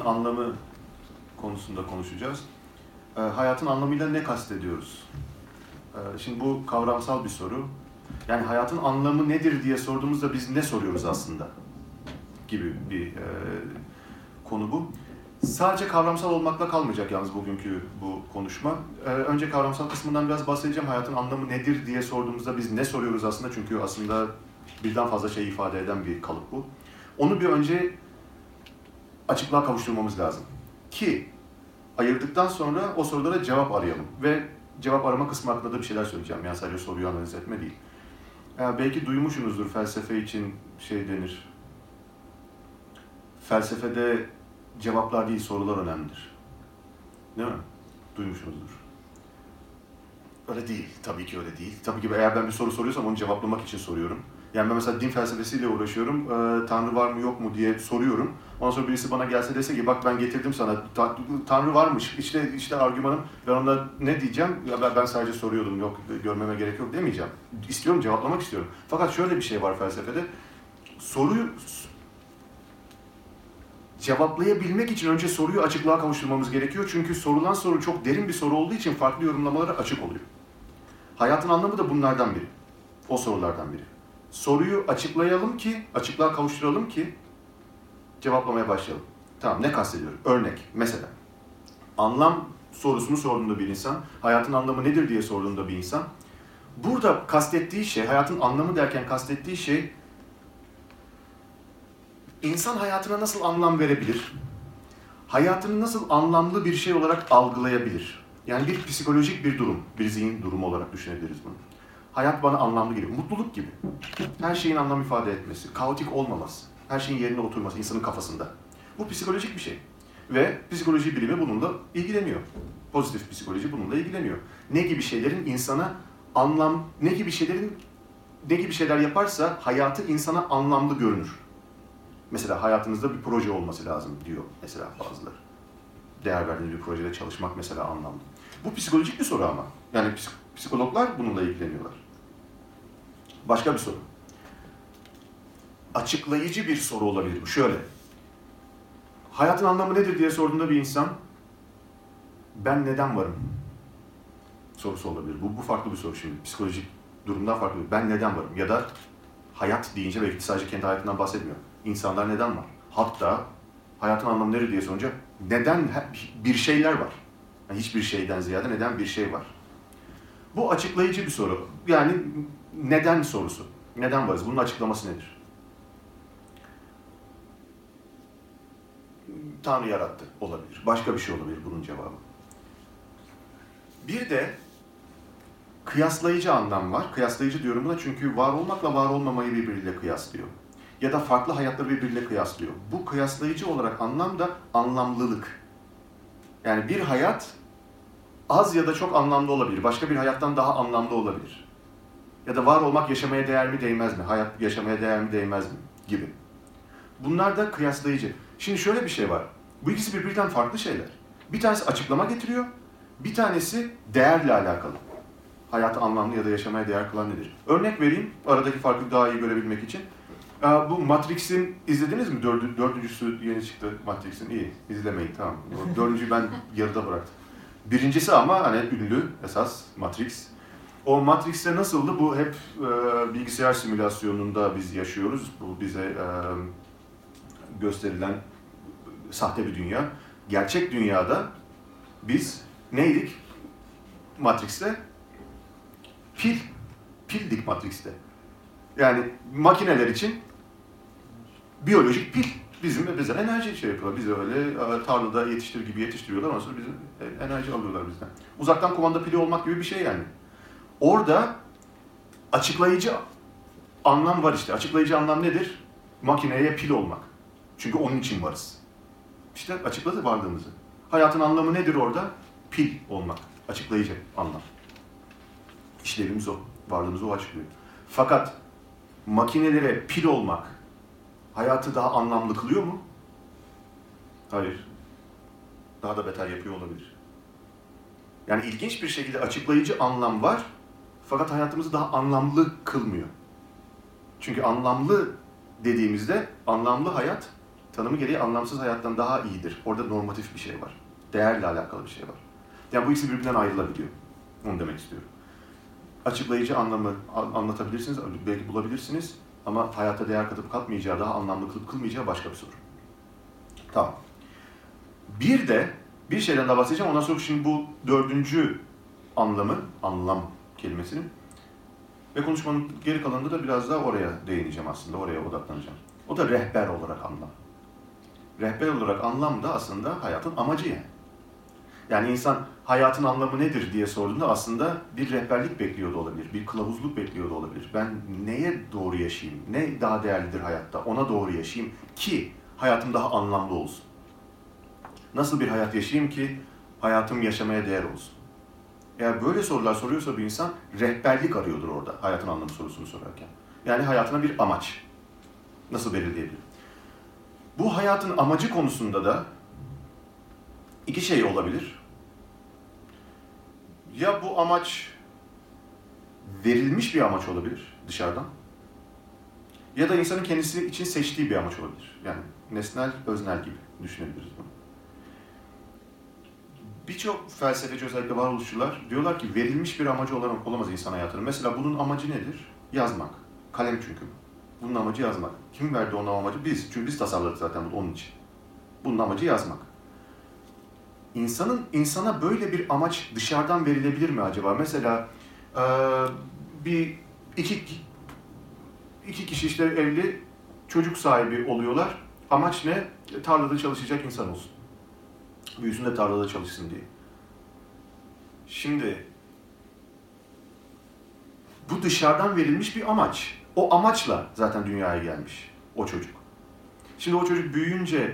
anlamı konusunda konuşacağız. Hayatın anlamıyla ne kastediyoruz? Şimdi bu kavramsal bir soru. Yani hayatın anlamı nedir diye sorduğumuzda biz ne soruyoruz aslında? Gibi bir konu bu. Sadece kavramsal olmakla kalmayacak yalnız bugünkü bu konuşma. Önce kavramsal kısmından biraz bahsedeceğim. Hayatın anlamı nedir diye sorduğumuzda biz ne soruyoruz aslında? Çünkü aslında birden fazla şey ifade eden bir kalıp bu. Onu bir önce açıklığa kavuşturmamız lazım. Ki ayırdıktan sonra o sorulara cevap arayalım. Ve cevap arama kısmı hakkında da bir şeyler söyleyeceğim. Yani sadece soruyu analiz etme değil. Belki duymuşsunuzdur felsefe için şey denir. Felsefede cevaplar değil, sorular önemlidir. Değil mi? Duymuşsunuzdur. Öyle değil. Tabii ki öyle değil. Tabii ki eğer ben bir soru soruyorsam onu cevaplamak için soruyorum. Yani ben mesela din felsefesiyle uğraşıyorum. Tanrı var mı yok mu diye soruyorum. Ondan sonra birisi bana gelse dese ki bak ben getirdim sana. Tanrı varmış. İşte argümanım. Ben ona ne diyeceğim? Ya ben sadece soruyordum. Yok görmeme gerek yok demeyeceğim. İstiyorum, cevaplamak istiyorum. Fakat şöyle bir şey var felsefede. Soruyu cevaplayabilmek için önce soruyu açıklığa kavuşturmamız gerekiyor. Çünkü sorulan soru çok derin bir soru olduğu için farklı yorumlamalara açık oluyor. Hayatın anlamı da bunlardan biri. O sorulardan biri. Soruyu açıklayalım ki, açıklığa kavuşturalım ki cevaplamaya başlayalım. Tamam, ne kastediyorum? Örnek, mesela. Anlam sorusunu sorduğunda bir insan, hayatın anlamı nedir diye sorduğunda bir insan, burada kastettiği şey, hayatın anlamı derken kastettiği şey, İnsan hayatına nasıl anlam verebilir? Hayatını nasıl anlamlı bir şey olarak algılayabilir? Yani bir psikolojik bir durum, bir zihin durumu olarak düşünebiliriz bunu. Hayat bana anlamlı geliyor. Mutluluk gibi. Her şeyin anlam ifade etmesi, kaotik olmaması, her şeyin yerine oturması insanın kafasında. Bu psikolojik bir şey. Ve psikoloji bilimi bununla ilgileniyor. Pozitif psikoloji bununla ilgileniyor. Ne gibi şeylerin insana ne gibi şeyler yaparsa hayatı insana anlamlı görünür. Mesela hayatınızda bir proje olması lazım diyor mesela bazıları. Değer verdiğiniz bir projede çalışmak mesela anlamlı. Bu psikolojik bir soru ama. Yani psikologlar bununla ilgileniyorlar. Başka bir soru. Açıklayıcı bir soru olabilir bu. Şöyle. Hayatın anlamı nedir diye sorduğunda bir insan, ben neden varım? Sorusu olabilir. Bu farklı bir soru şimdi. Psikolojik durumdan farklı. Ben neden varım? Ya da hayat deyince belki sadece kendi hayatından bahsetmiyor. İnsanlar neden var? Hatta hayatın anlamı nedir diye sorunca neden bir şeyler var? Yani hiçbir şeyden ziyade neden bir şey var? Bu açıklayıcı bir soru. Yani neden sorusu. Neden varız? Bunun açıklaması nedir? Tanrı yarattı olabilir. Başka bir şey olabilir bunun cevabı. Bir de kıyaslayıcı anlam var. Kıyaslayıcı diyorum buna çünkü var olmakla var olmamayı birbiriyle kıyaslıyor. Ya da farklı hayatları birbiriyle kıyaslıyor. Bu kıyaslayıcı olarak anlam da anlamlılık. Yani bir hayat az ya da çok anlamlı olabilir. Başka bir hayattan daha anlamlı olabilir. Ya da var olmak yaşamaya değer mi değmez mi? Hayat yaşamaya değer mi değmez mi? Gibi. Bunlar da kıyaslayıcı. Şimdi şöyle bir şey var. Bu ikisi birbirinden farklı şeyler. Bir tanesi açıklama getiriyor. Bir tanesi değerle alakalı. Hayatı anlamlı ya da yaşamaya değer kılan nedir? Örnek vereyim, aradaki farkı daha iyi görebilmek için. Bu Matrix'in izlediniz mi? Dördüncüsü yeni çıktı Matrix'in. İyi, izlemeyin tamam. Dördüncüyü ben yarıda bıraktım. Birincisi ama hani ünlü esas Matrix. O Matrix'te nasıldı? Bu hep bilgisayar simülasyonunda biz yaşıyoruz. Bu bize gösterilen sahte bir dünya. Gerçek dünyada biz neydik? Matrix'te pildik Matrix'te. Yani makineler için biyolojik pil. Bizden enerji şey yapıyorlar. Bizi öyle tarlada yetiştir gibi yetiştiriyorlar. Ondan sonra bizim enerji alıyorlar bizden. Uzaktan kumanda pili olmak gibi bir şey yani. Orada açıklayıcı anlam var işte. Açıklayıcı anlam nedir? Makineye pil olmak. Çünkü onun için varız. İşte açıkladı varlığımızı. Hayatın anlamı nedir orada? Pil olmak. Açıklayıcı anlam. İşlevimiz o. Varlığımızı o açıklıyor. Fakat makinelere pil olmak hayatı daha anlamlı kılıyor mu? Hayır. Daha da beter yapıyor olabilir. Yani ilginç bir şekilde açıklayıcı anlam var fakat hayatımızı daha anlamlı kılmıyor. Çünkü anlamlı dediğimizde anlamlı hayat tanımı gereği anlamsız hayattan daha iyidir. Orada normatif bir şey var. Değerle alakalı bir şey var. Yani bu ikisi birbirinden ayrılabiliyor. Onu demek istiyorum. Açıklayıcı anlamı anlatabilirsiniz, belki bulabilirsiniz ama hayata değer katıp katmayacağı, daha anlamlı kılıp kılmayacağı başka bir soru. Tamam. Bir de bir şeyden daha bahsedeceğim. Ondan sonra şimdi bu dördüncü anlamı, anlam kelimesinin ve konuşmanın geri kalanında da biraz daha oraya değineceğim aslında, oraya odaklanacağım. O da rehber olarak anlam. Rehber olarak anlam da aslında hayatın amacı yani. Yani insan hayatın anlamı nedir diye sorduğunda aslında bir rehberlik bekliyor da olabilir, bir kılavuzluk bekliyor da olabilir. Ben neye doğru yaşayayım, ne daha değerlidir hayatta, ona doğru yaşayayım ki hayatım daha anlamlı olsun. Nasıl bir hayat yaşayayım ki hayatım yaşamaya değer olsun. Eğer böyle sorular soruyorsa bir insan rehberlik arıyordur orada hayatın anlamı sorusunu sorarken. Yani hayatına bir amaç. Nasıl belirleyebilir? Bu hayatın amacı konusunda da iki şey olabilir. Ya bu amaç verilmiş bir amaç olabilir dışarıdan. Ya da insanın kendisi için seçtiği bir amaç olabilir. Yani nesnel, öznel gibi düşünebiliriz bunu. Birçok felsefeci, özellikle varoluşçular diyorlar ki verilmiş bir amacı olamaz insan hayatının. Mesela bunun amacı nedir? Yazmak. Kalem çünkü. Bunun amacı yazmak. Kim verdi ona amacı? Biz. Çünkü biz tasarladık zaten bunu onun için. Bunun amacı yazmak. İnsana böyle bir amaç dışarıdan verilebilir mi acaba? Mesela iki kişi işte evli, çocuk sahibi oluyorlar. Amaç ne? Tarlada çalışacak insan olsun. Büyüsün de tarlada çalışsın diye. Şimdi bu dışarıdan verilmiş bir amaç. O amaçla zaten dünyaya gelmiş o çocuk. Şimdi o çocuk büyüyünce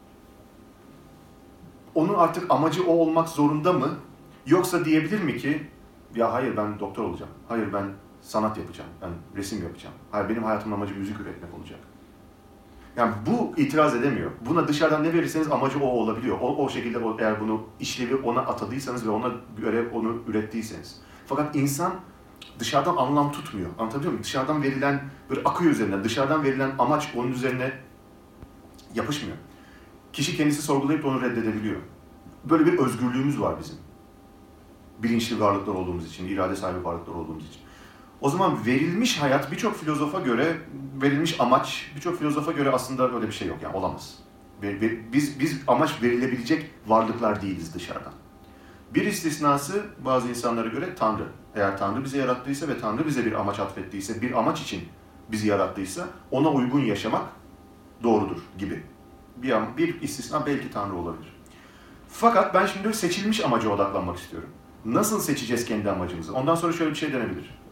onun artık amacı o olmak zorunda mı? Yoksa diyebilir mi ki ya hayır ben doktor olacağım, hayır ben sanat yapacağım, ben resim yapacağım, hayır benim hayatımın amacı müzik üretmek olacak. Yani bu itiraz edemiyor. Buna dışarıdan ne verirseniz amacı o olabiliyor. O şekilde eğer bunu işlevi ona atadıysanız ve ona göre onu ürettiyseniz. Fakat insan dışarıdan anlam tutmuyor. Anlatabiliyor muyum? Dışarıdan verilen, böyle akıyor üzerinden, dışarıdan verilen amaç onun üzerine yapışmıyor. Kişi kendisi sorgulayıp onu reddedebiliyor. Böyle bir özgürlüğümüz var bizim. Bilinçli varlıklar olduğumuz için, irade sahibi varlıklar olduğumuz için. O zaman verilmiş hayat birçok filozofa göre, verilmiş amaç birçok filozofa göre aslında öyle bir şey yok yani olamaz. Biz amaç verilebilecek varlıklar değiliz dışarıdan. Bir istisnası bazı insanlara göre Tanrı. Eğer Tanrı bizi yarattıysa ve Tanrı bize bir amaç atfettiyse, bir amaç için bizi yarattıysa ona uygun yaşamak doğrudur gibi. Bir istisna belki Tanrı olabilir. Fakat ben şimdi seçilmiş amaca odaklanmak istiyorum. Nasıl seçeceğiz kendi amacımızı? Ondan sonra şöyle bir şey denebilir.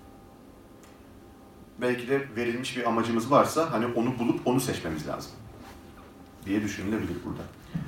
Belki de verilmiş bir amacımız varsa hani onu bulup onu seçmemiz lazım diye düşünülebilir burada.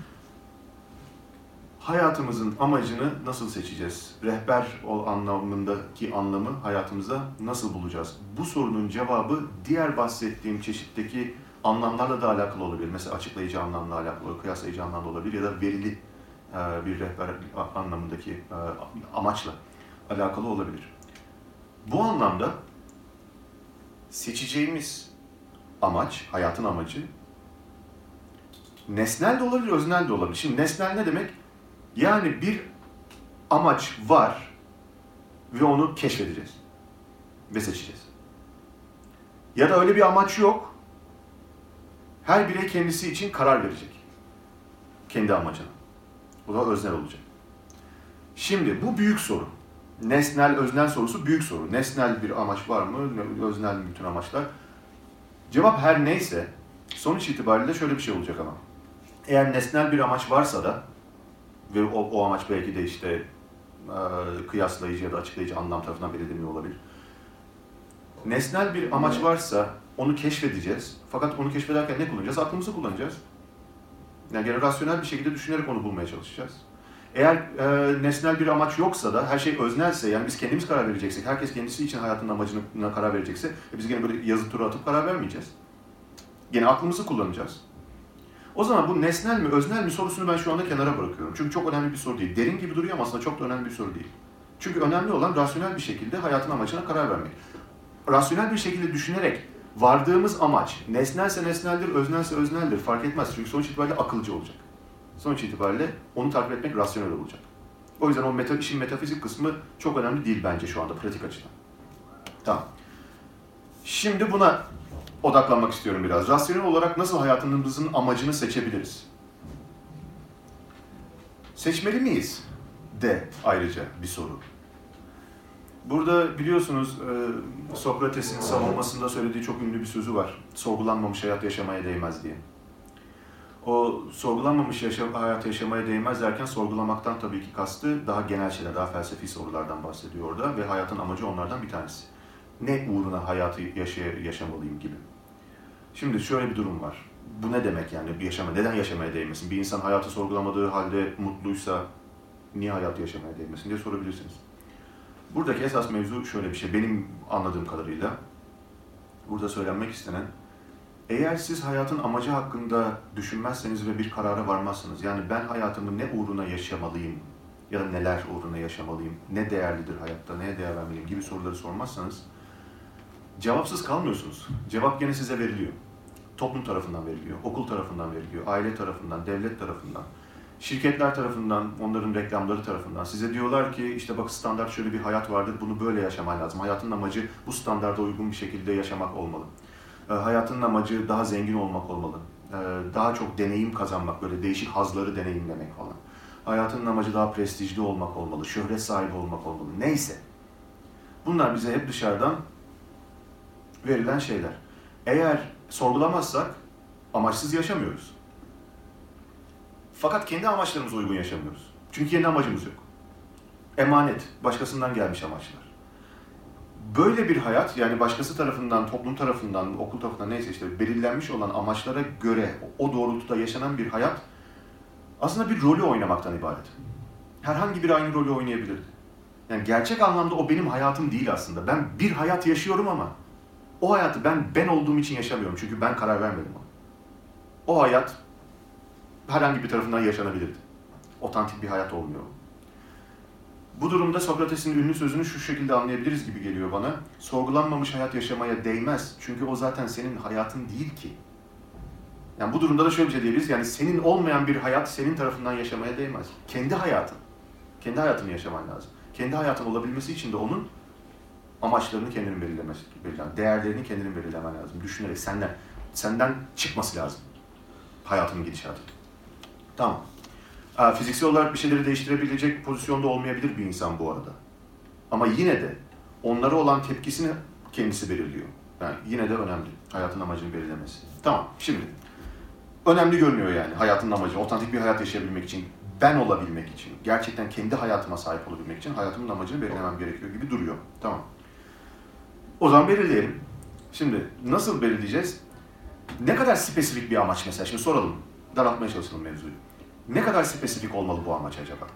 Hayatımızın amacını nasıl seçeceğiz? Rehber anlamındaki anlamı hayatımıza nasıl bulacağız? Bu sorunun cevabı diğer bahsettiğim çeşitteki anlamlarla da alakalı olabilir. Mesela açıklayıcı anlamla alakalı, kıyaslayıcı anlamda olabilir ya da verili bir rehber anlamındaki amaçla alakalı olabilir. Bu anlamda seçeceğimiz amaç, hayatın amacı nesnel de olabilir, öznel de olabilir. Şimdi nesnel ne demek? Yani bir amaç var ve onu keşfedeceğiz ve seçeceğiz. Ya da öyle bir amaç yok. Her birey kendisi için karar verecek. Kendi amacına. Bu da öznel olacak. Şimdi bu büyük soru. Nesnel, öznel sorusu büyük soru. Nesnel bir amaç var mı? Öznel mi bütün amaçlar? Cevap her neyse, sonuç itibariyle şöyle bir şey olacak ama. Eğer nesnel bir amaç varsa da ve o amaç belki de işte kıyaslayıcı ya da açıklayıcı anlam tarafından belirleniyor olabilir. Nesnel bir amaç varsa onu keşfedeceğiz. Fakat onu keşfederken ne kullanacağız? Aklımızı kullanacağız. Yani gene rasyonel bir şekilde düşünerek onu bulmaya çalışacağız. Eğer nesnel bir amaç yoksa da her şey öznelse, yani biz kendimiz karar vereceksek, herkes kendisi için hayatının amacına karar verecekse biz gene böyle yazı turu atıp karar vermeyeceğiz. Gene aklımızı kullanacağız. O zaman bu nesnel mi, öznel mi sorusunu ben şu anda kenara bırakıyorum. Çünkü çok önemli bir soru değil. Derin gibi duruyor ama aslında çok da önemli bir soru değil. Çünkü önemli olan rasyonel bir şekilde hayatın amacına karar vermek. Rasyonel bir şekilde düşünerek Vardığımız amaç nesnelse nesneldir, öznelse özneldir. Fark etmez. Çünkü sonuç itibariyle akılcı olacak. Sonuç itibariyle onu takip etmek rasyonel olacak. O yüzden o işin metafizik kısmı çok önemli değil bence şu anda pratik açıdan. Tamam. Şimdi buna odaklanmak istiyorum biraz. Rasyonel olarak nasıl hayatımızın amacını seçebiliriz? Seçmeli miyiz? De ayrıca bir soru. Burada biliyorsunuz Sokrates'in savunmasında söylediği çok ünlü bir sözü var. Sorgulanmamış hayat yaşamaya değmez diye. O sorgulanmamış hayat yaşamaya değmez derken sorgulamaktan tabii ki kastı daha genel şeyler, daha felsefi sorulardan bahsediyor orada ve hayatın amacı onlardan bir tanesi. Ne uğruna hayatı yaşamalıyım gibi. Şimdi şöyle bir durum var. Bu ne demek yani? Neden yaşamaya değmesin? Bir insan hayatı sorgulamadığı halde mutluysa niye hayatı yaşamaya değmesin diye sorabilirsiniz. Buradaki esas mevzu şöyle bir şey. Benim anladığım kadarıyla burada söylenmek istenen, eğer siz hayatın amacı hakkında düşünmezseniz ve bir karara varmazsınız, yani ben hayatımı ne uğruna yaşamalıyım ya da neler uğruna yaşamalıyım, ne değerlidir hayatta, neye değer vermeliyim gibi soruları sormazsanız cevapsız kalmıyorsunuz. Cevap gene size veriliyor. Toplum tarafından veriliyor, okul tarafından veriliyor, aile tarafından, devlet tarafından, şirketler tarafından, onların reklamları tarafından. Size diyorlar ki işte bak standart şöyle bir hayat vardır, bunu böyle yaşaman lazım. Hayatın amacı bu standarda uygun bir şekilde yaşamak olmalı. Hayatın amacı daha zengin olmak olmalı. Daha çok deneyim kazanmak, böyle değişik hazları deneyimlemek falan. Hayatın amacı daha prestijli olmak olmalı, şöhret sahibi olmak olmalı. Neyse. Bunlar bize hep dışarıdan verilen şeyler. Eğer sorgulamazsak amaçsız yaşamıyoruz. Fakat kendi amaçlarımıza uygun yaşamıyoruz. Çünkü kendi amacımız yok. Emanet, başkasından gelmiş amaçlar. Böyle bir hayat, yani başkası tarafından, toplum tarafından, okul tarafından neyse işte belirlenmiş olan amaçlara göre o doğrultuda yaşanan bir hayat aslında bir rolü oynamaktan ibaret. Herhangi biri aynı rolü oynayabilirdi. Yani gerçek anlamda o benim hayatım değil aslında. Ben bir hayat yaşıyorum ama o hayatı ben olduğum için yaşamıyorum. Çünkü ben karar vermedim ona. O hayat herhangi bir tarafından yaşanabilirdi. Otantik bir hayat olmuyor. Bu durumda Sokrates'in ünlü sözünü şu şekilde anlayabiliriz gibi geliyor bana. Sorgulanmamış hayat yaşamaya değmez. Çünkü o zaten senin hayatın değil ki. Yani bu durumda da şöyle bir şey diyebiliriz. Yani senin olmayan bir hayat senin tarafından yaşamaya değmez. Kendi hayatın. Kendi hayatını yaşaman lazım. Kendi hayatın olabilmesi için de onun amaçlarını kendinin belirlemesi, değerlerini kendinin belirlemen lazım. Düşünerek senden çıkması lazım. Hayatının gidişatı. Tamam. Fiziksel olarak bir şeyleri değiştirebilecek pozisyonda olmayabilir bir insan bu arada. Ama yine de onlara olan tepkisini kendisi belirliyor. Yani yine de önemli. Hayatın amacını belirlemesi. Tamam. Şimdi önemli görünüyor yani hayatın amacı. Otantik bir hayat yaşayabilmek için, ben olabilmek için, gerçekten kendi hayatıma sahip olabilmek için hayatımın amacını belirlemem gerekiyor gibi duruyor. Tamam. O zaman belirleyelim. Şimdi nasıl belirleyeceğiz? Ne kadar spesifik bir amaç mesela? Şimdi soralım. Daraltmaya çalışalım mevzuyu. Ne kadar spesifik olmalı bu amaç acaba?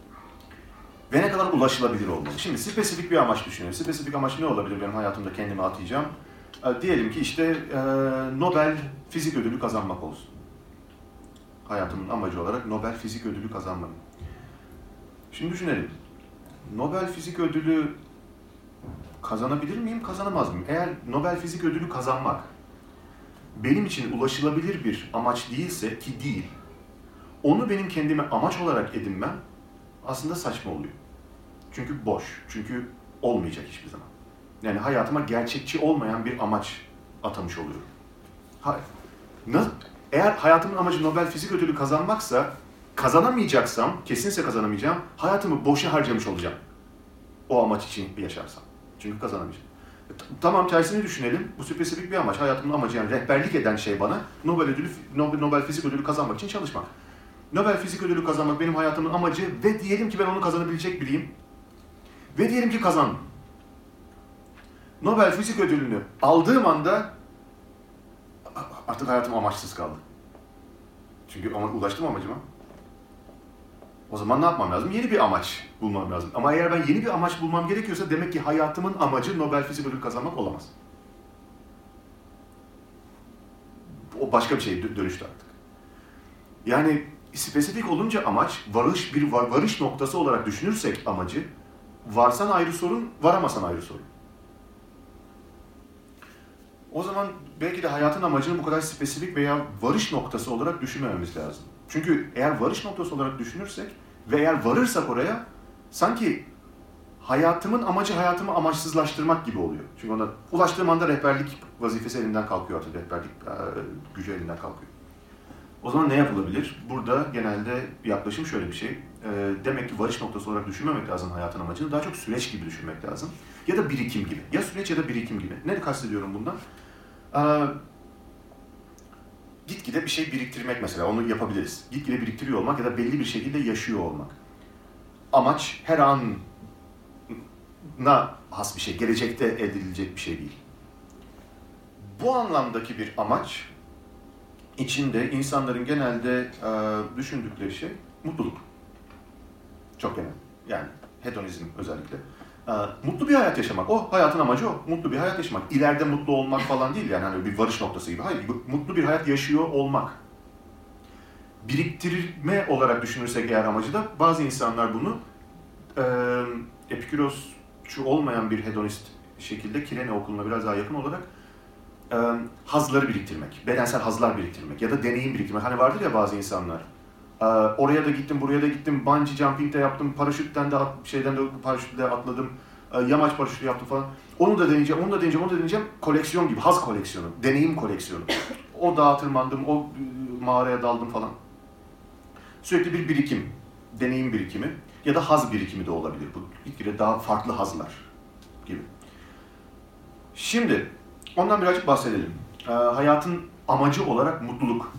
Ve ne kadar ulaşılabilir olmalı? Şimdi spesifik bir amaç düşünelim. Spesifik amaç ne olabilir benim hayatımda kendime atayacağım? Diyelim ki işte Nobel Fizik Ödülü kazanmak olsun. Hayatımın amacı olarak Nobel Fizik Ödülü kazanmak. Şimdi düşünelim. Nobel Fizik Ödülü kazanabilir miyim, kazanamaz mıyım? Eğer Nobel Fizik Ödülü kazanmak benim için ulaşılabilir bir amaç değilse, ki değil, onu benim kendime amaç olarak edinmem aslında saçma oluyor. Çünkü boş, çünkü olmayacak hiçbir zaman. Yani hayatıma gerçekçi olmayan bir amaç atamış oluyorum. Eğer hayatımın amacı Nobel Fizik Ödülü kazanmaksa, kazanamayacaksam, kesinse kazanamayacağım, hayatımı boşa harcamış olacağım. O amaç için yaşarsam. Çünkü kazanamayacağım. Tamam, tersini düşünelim. Bu spesifik bir amaç. Hayatımın amacı, yani rehberlik eden şey bana Nobel Fizik Ödülü kazanmak için çalışmak. Nobel Fizik Ödülü kazanmak benim hayatımın amacı ve diyelim ki ben onu kazanabilecek biriyim. Ve diyelim ki kazandım. Nobel Fizik Ödülünü aldığım anda artık hayatım amaçsız kaldı. Çünkü ulaştım amacıma. O zaman ne yapmam lazım? Yeni bir amaç bulmam lazım. Ama eğer ben yeni bir amaç bulmam gerekiyorsa demek ki hayatımın amacı Nobel Fizik Ödülü kazanmak olamaz. O başka bir şey dönüştü artık. Yani spesifik olunca amaç, varış noktası olarak düşünürsek amacı, varsan ayrı sorun, varamasan ayrı sorun. O zaman belki de hayatın amacını bu kadar spesifik veya varış noktası olarak düşünmememiz lazım. Çünkü eğer varış noktası olarak düşünürsek ve eğer varırsak oraya, sanki hayatımın amacı hayatımı amaçsızlaştırmak gibi oluyor. Çünkü ona ulaştığım anda rehberlik vazifesi elimden kalkıyor artık, rehberlik gücü elimden kalkıyor. O zaman ne yapılabilir? Burada genelde yaklaşım şöyle bir şey. Demek ki varış noktası olarak düşünmemek lazım hayatın amacını. Daha çok süreç gibi düşünmek lazım. Ya da birikim gibi. Ya süreç ya da birikim gibi. Ne kastediyorum bundan? Gitgide bir şey biriktirmek mesela. Onu yapabiliriz. Gitgide biriktiriyor olmak ya da belli bir şekilde yaşıyor olmak. Amaç her ana has bir şey. Gelecekte elde edilecek bir şey değil. Bu anlamdaki bir amaç içinde insanların genelde düşündükleri şey mutluluk. Çok genel. Yani hedonizm özellikle. Mutlu bir hayat yaşamak. O hayatın amacı o. Mutlu bir hayat yaşamak. İleride mutlu olmak falan değil yani hani bir varış noktası gibi. Hayır, mutlu bir hayat yaşıyor olmak. Biriktirme olarak düşünürsek eğer amacı da bazı insanlar bunu Epikürosçu olmayan bir hedonist şekilde Kirene okuluna biraz daha yakın olarak hazları biriktirmek, bedensel hazlar biriktirmek ya da deneyim biriktirmek. Hani vardır ya bazı insanlar. Oraya da gittim, buraya da gittim, bungee jumping de yaptım, paraşütten de paraşütle atladım, yamaç paraşütü yaptım falan. Onu da deneyeceğim, onu da deneyeceğim, onu da deneyeceğim. Koleksiyon gibi, haz koleksiyonu, deneyim koleksiyonu. O dağa tırmandım, o mağaraya daldım falan. Sürekli bir birikim, deneyim birikimi ya da haz birikimi de olabilir. Bu gitgide daha farklı hazlar gibi. Şimdi ondan birazcık bahsedelim. Hayatın amacı olarak mutluluk.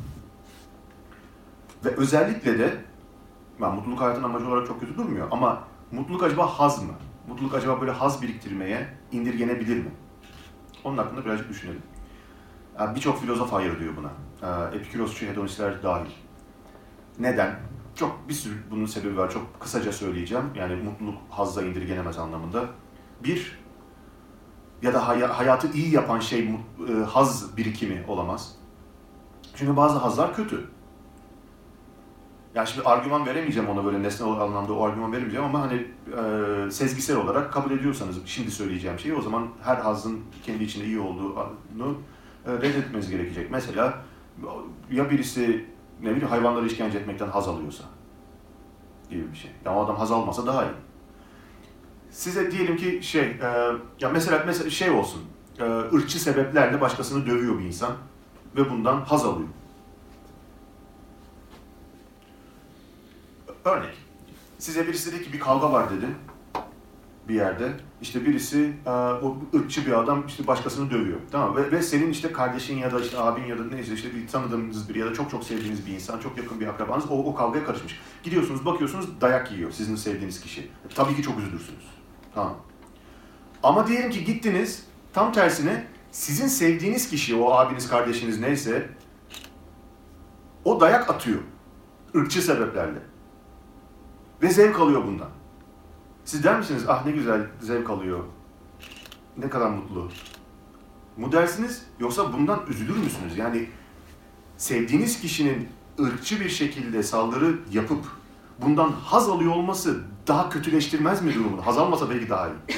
Ve özellikle de, mutluluk hayatın amacı olarak çok kötü durmuyor ama mutluluk acaba haz mı? Mutluluk acaba böyle haz biriktirmeye indirgenebilir mi? Onun hakkında birazcık düşünelim. Birçok filozof hayır diyor buna. Epikürosçu hedonistler dahil. Neden? Bir sürü bunun sebebi var. Çok kısaca söyleyeceğim. Yani mutluluk hazza indirgenemez anlamında. Bir, ya da hayatı iyi yapan şey haz birikimi olamaz. Çünkü bazı hazlar kötü. Yani şimdi argüman veremeyeceğim ona böyle nesnel anlamda o argüman veremeyeceğim ama hani sezgisel olarak kabul ediyorsanız şimdi söyleyeceğim şeyi o zaman her hazın kendi içinde iyi olduğunu reddetmeniz gerekecek. Mesela ya birisi ne bileyim hayvanları işkence etmekten haz alıyorsa gibi bir şey. Yani o adam haz almasa daha iyi. Size diyelim ki ya mesela şey olsun, ırkçı sebeplerle başkasını dövüyor bir insan ve bundan haz alıyor. Örnek, size birisi dedi ki bir kavga var dedi bir yerde. İşte birisi, o ırkçı bir adam işte başkasını dövüyor. Tamam ve senin işte kardeşin ya da işte abin ya da neyse işte bir tanıdığınız biri ya da çok çok sevdiğiniz bir insan, çok yakın bir akrabanız o kavgaya karışmış. Gidiyorsunuz bakıyorsunuz dayak yiyor sizin sevdiğiniz kişi. Tabii ki çok üzülürsünüz. Tamam. Ama diyelim ki gittiniz tam tersine sizin sevdiğiniz kişi, o abiniz, kardeşiniz neyse o dayak atıyor. Irkçı sebeplerle. Ve zevk alıyor bundan. Siz der misiniz, ah ne güzel zevk alıyor, ne kadar mutlu mu dersiniz? Yoksa bundan üzülür müsünüz? Yani sevdiğiniz kişinin ırkçı bir şekilde saldırı yapıp bundan haz alıyor olması daha kötüleştirmez mi durumunu? Haz almasa belki daha iyi.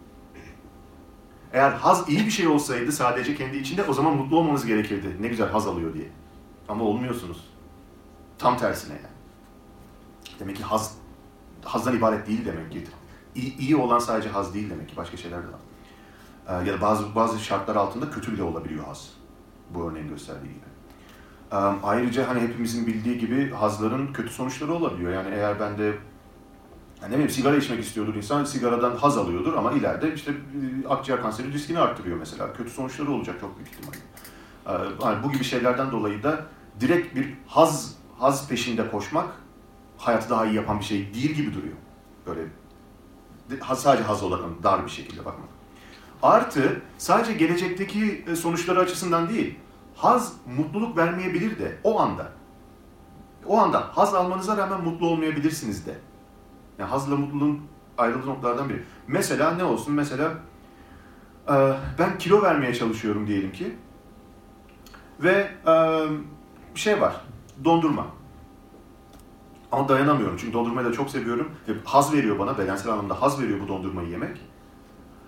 Eğer haz iyi bir şey olsaydı sadece kendi içinde o zaman mutlu olmanız gerekirdi. Ne güzel haz alıyor diye. Ama olmuyorsunuz. Tam tersine yani. Demek ki hazdan ibaret değil demek ki. İyi olan sadece haz değil demek ki. Başka şeyler de var. Ya da bazı şartlar altında kötü bile olabiliyor haz. Bu örneğin gösterdiği gibi. Ayrıca hani hepimizin bildiği gibi hazların kötü sonuçları olabiliyor. Yani eğer ben de yani ne bileyim sigara içmek istiyordur insan, sigaradan haz alıyordur ama ileride işte akciğer kanseri riskini arttırıyor mesela. Kötü sonuçları olacak çok büyük ihtimalle. Yani bu gibi şeylerden dolayı da direkt bir haz peşinde koşmak hayatı daha iyi yapan bir şey değil gibi duruyor. Böyle sadece haz olarak dar bir şekilde bakmak. Artı sadece gelecekteki sonuçları açısından değil, haz mutluluk vermeyebilir de o anda. O anda haz almanıza rağmen mutlu olmayabilirsiniz de. Yani hazla mutluluğun ayrıldığı noktalardan biri. Mesela ne olsun? Mesela ben kilo vermeye çalışıyorum diyelim ki. Ve bir şey var, dondurma. Ama dayanamıyorum çünkü dondurmayı da çok seviyorum. Ve haz veriyor bana, bedensel anlamda haz veriyor bu dondurmayı yemek.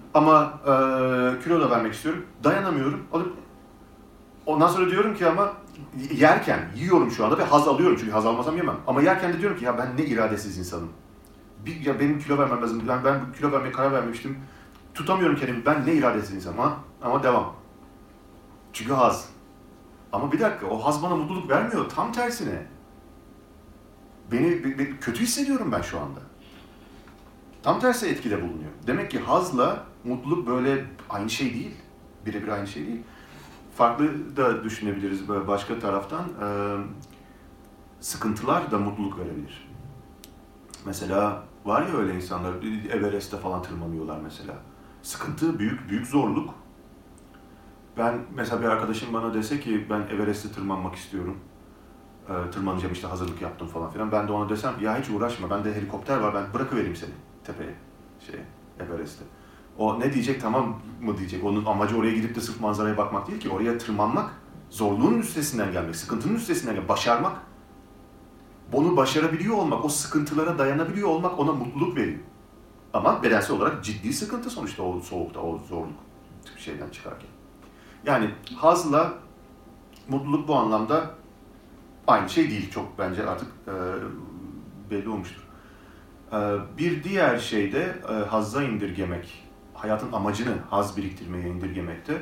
ama kilo da vermek istiyorum. Dayanamıyorum. Alıp ondan sonra diyorum ki ama yerken yiyorum şu anda ve haz alıyorum çünkü haz almasam yemem. Ama yerken de diyorum ki ya ben ne iradesiz insanım. Ya benim kilo vermem lazım. Ben kilo vermeye karar vermiştim. Tutamıyorum kendimi. Ben ne iradesiz insanım ama devam. Çünkü haz. Ama bir dakika o haz bana mutluluk vermiyor. Tam tersine. Beni kötü hissediyorum ben şu anda. Tam tersi etkide bulunuyor. Demek ki hazla mutluluk böyle aynı şey değil. Birebir aynı şey değil. Farklı da düşünebiliriz böyle başka taraftan. Sıkıntılar da mutluluk verebilir. Mesela var ya öyle insanlar, Everest'te falan tırmanıyorlar mesela. Sıkıntı, büyük zorluk. Ben mesela bir arkadaşım bana dese ki ben Everest'te tırmanmak istiyorum. Tırmanacağım işte hazırlık yaptım falan filan. Ben de ona desem ya hiç uğraşma, bende helikopter var, ben bırakıvereyim seni tepeye, Everest'te. O ne diyecek, tamam mı diyecek. Onun amacı oraya gidip de sırf manzaraya bakmak değil ki. Oraya tırmanmak, zorluğun üstesinden gelmek, sıkıntının üstesinden gelmek, başarmak. Bunu başarabiliyor olmak, o sıkıntılara dayanabiliyor olmak ona mutluluk veriyor. Ama bedensel olarak ciddi sıkıntı sonuçta o soğukta, o zorluk şeyden çıkarken. Yani hazla mutluluk bu anlamda aynı şey değil. Çok bence artık belli olmuştur. Bir diğer şey de hazza indirgemek, hayatın amacını haz biriktirmeye indirgemekte.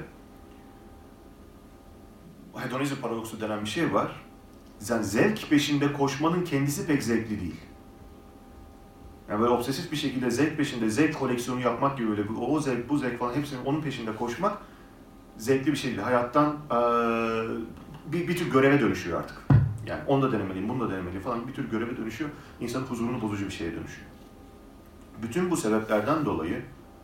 Hedonizm paradoksu denen bir şey var. Yani zevk peşinde koşmanın kendisi pek zevkli değil. Yani böyle obsesif bir şekilde zevk peşinde, zevk koleksiyonu yapmak gibi böyle o zevk, bu zevk falan hepsinin onun peşinde koşmak zevkli bir şey değil. Hayattan bir tür göreve dönüşüyor artık. Yani onu da denemeliyim, bunu da denemeliyim falan bir tür göreve dönüşüyor. İnsanın huzurunu bozucu bir şeye dönüşüyor. Bütün bu sebeplerden dolayı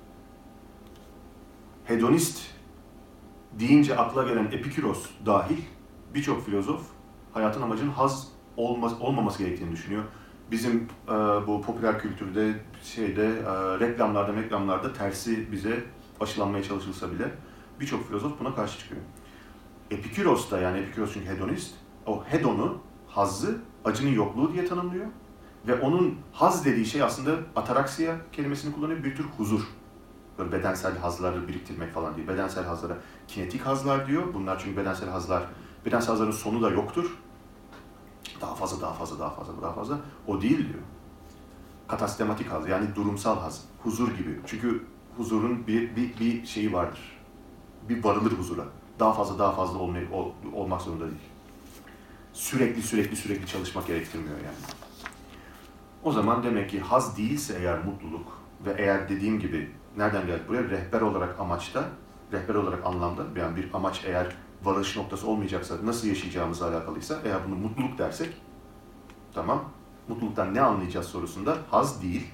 hedonist deyince akla gelen Epikuros dahil birçok filozof hayatın amacının haz olmaması gerektiğini düşünüyor. Bizim bu popüler kültürde, reklamlarda tersi bize aşılanmaya çalışılsa bile birçok filozof buna karşı çıkıyor. Epikuros da, yani Epikuros çünkü hedonist, o hedonu, hazzı, acının yokluğu diye tanımlıyor. Ve onun haz dediği şey aslında ataraksiya kelimesini kullanıyor, bir tür huzur. Böyle bedensel hazları biriktirmek falan değil. Bedensel hazlara kinetik hazlar diyor. Bunlar çünkü bedensel hazların sonu da yoktur. Daha fazla. O değil diyor. Katastematik haz, yani durumsal haz. Huzur gibi. Çünkü huzurun bir şeyi vardır. Bir varılır huzura. Daha fazla olmak zorunda değil. Sürekli çalışmak gerektirmiyor yani. O zaman demek ki haz değilse eğer mutluluk ve eğer dediğim gibi nereden geldik buraya? Rehber olarak amaçta, rehber olarak anlamda, yani bir amaç eğer varış noktası olmayacaksa, nasıl yaşayacağımızla alakalıysa, eğer bunu mutluluk dersek, tamam, mutluluktan ne anlayacağız sorusunda haz değil.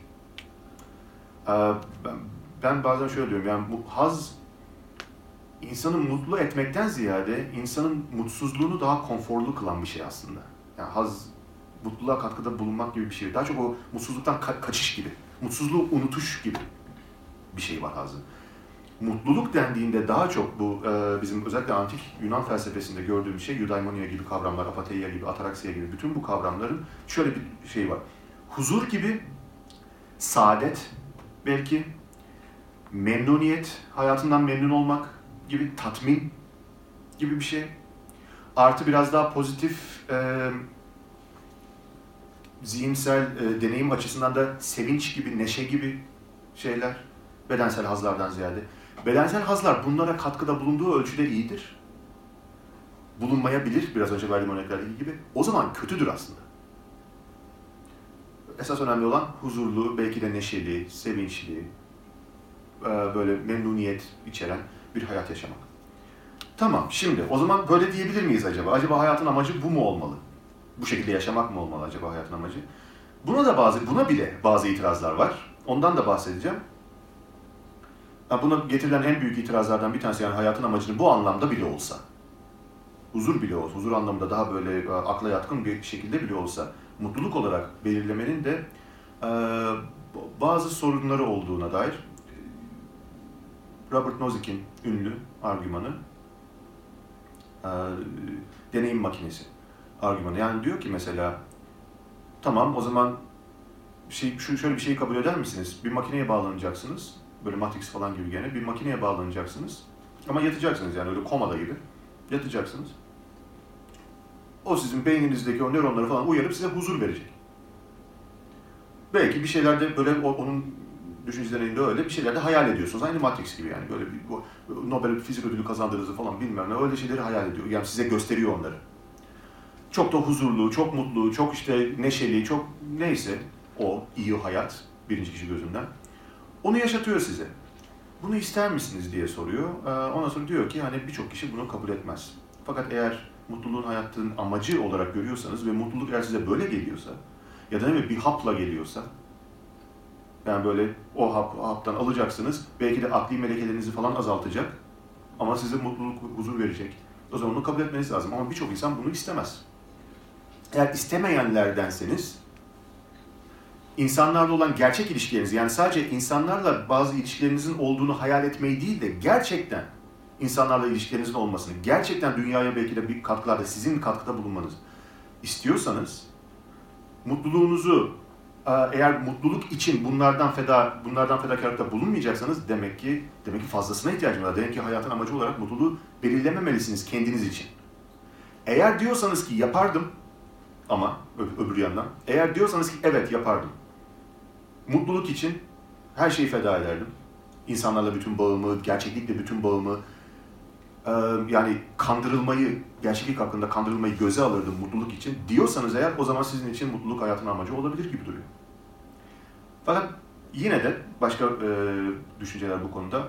Ben bazen şöyle diyorum, yani bu haz, insanı mutlu etmekten ziyade, insanın mutsuzluğunu daha konforlu kılan bir şey aslında. Yani haz, mutluluğa katkıda bulunmak gibi bir şey. Daha çok o mutsuzluktan kaçış gibi, mutsuzluğu unutuş gibi bir şey var hazın. Mutluluk dendiğinde daha çok bu bizim özellikle antik Yunan felsefesinde gördüğümüz şey, eudaimonia gibi kavramlar, apatheia gibi, ataraksiya gibi bütün bu kavramların şöyle bir şey var. Huzur gibi, saadet belki, memnuniyet, hayatından memnun olmak gibi, tatmin gibi bir şey. Artı biraz daha pozitif zihinsel deneyim açısından da sevinç gibi, neşe gibi şeyler. Bedensel hazlardan ziyade. Bedensel hazlar bunlara katkıda bulunduğu ölçüde iyidir. Bulunmayabilir, biraz önce verdiğim örneklerdeki gibi. O zaman kötüdür aslında. Esas önemli olan huzurlu, belki de neşeli, sevinçli, böyle memnuniyet içeren bir hayat yaşamak. Tamam, şimdi o zaman böyle diyebilir miyiz acaba? Acaba hayatın amacı bu mu olmalı? Bu şekilde yaşamak mı olmalı acaba hayatın amacı? Buna bile bazı itirazlar var. Ondan da bahsedeceğim. Buna getirilen en büyük itirazlardan bir tanesi, yani hayatın amacını bu anlamda bile olsa, huzur bile olsa, huzur anlamında daha böyle akla yatkın bir şekilde bile olsa, mutluluk olarak belirlemenin de bazı sorunları olduğuna dair Robert Nozick'in ünlü argümanı, deneyim makinesi argümanı. Yani diyor ki mesela, tamam o zaman şöyle bir şeyi kabul eder misiniz? Bir makineye bağlanacaksınız böyle Matrix falan gibi gene bir makineye bağlanacaksınız. Ama yatacaksınız yani öyle komada gibi. Yatacaksınız. O sizin beyninizdeki o nöronları falan uyarıp size huzur verecek. Belki bir şeylerde böyle onun düşüncelerinde öyle bir şeyler de hayal ediyorsunuz. Aynı Matrix gibi yani böyle bir Nobel Fizik Ödülü kazandığınızı falan bilmem ne öyle şeyleri hayal ediyor. Yani size gösteriyor onları. Çok da huzurlu, çok mutlu, çok işte neşeli, çok neyse o iyi hayat birinci kişi gözünden. Onu yaşatıyor size. Bunu ister misiniz diye soruyor. Ondan sonra diyor ki hani birçok kişi bunu kabul etmez. Fakat eğer mutluluğun hayatın amacı olarak görüyorsanız ve mutluluk eğer size böyle geliyorsa ya da bir hapla geliyorsa yani böyle o haptan alacaksınız. Belki de akli melekelerinizi falan azaltacak. Ama size mutluluk, huzur verecek. O zaman onu kabul etmeniz lazım. Ama birçok insan bunu istemez. Eğer istemeyenlerdenseniz insanlarla olan gerçek ilişkileriniz, yani sadece insanlarla bazı ilişkilerinizin olduğunu hayal etmeyi değil de gerçekten insanlarla ilişkilerinizin olmasını, gerçekten dünyaya belki de bir katkılarda, sizin katkıda bulunmanız istiyorsanız, mutluluğunuzu eğer mutluluk için bunlardan fedakarlıkta bulunmayacaksanız demek ki fazlasına ihtiyacınız var. Demek ki hayatın amacı olarak mutluluğu belirlememelisiniz kendiniz için. Eğer diyorsanız ki yapardım ama öbür yandan, eğer diyorsanız ki evet yapardım, mutluluk için her şeyi feda ederdim. İnsanlarla bütün bağımı, gerçeklikle bütün bağımı, yani kandırılmayı, gerçeklik hakkında kandırılmayı göze alırdım mutluluk için diyorsanız eğer o zaman sizin için mutluluk hayatın amacı olabilir gibi duruyor. Fakat yine de başka düşünceler bu konuda.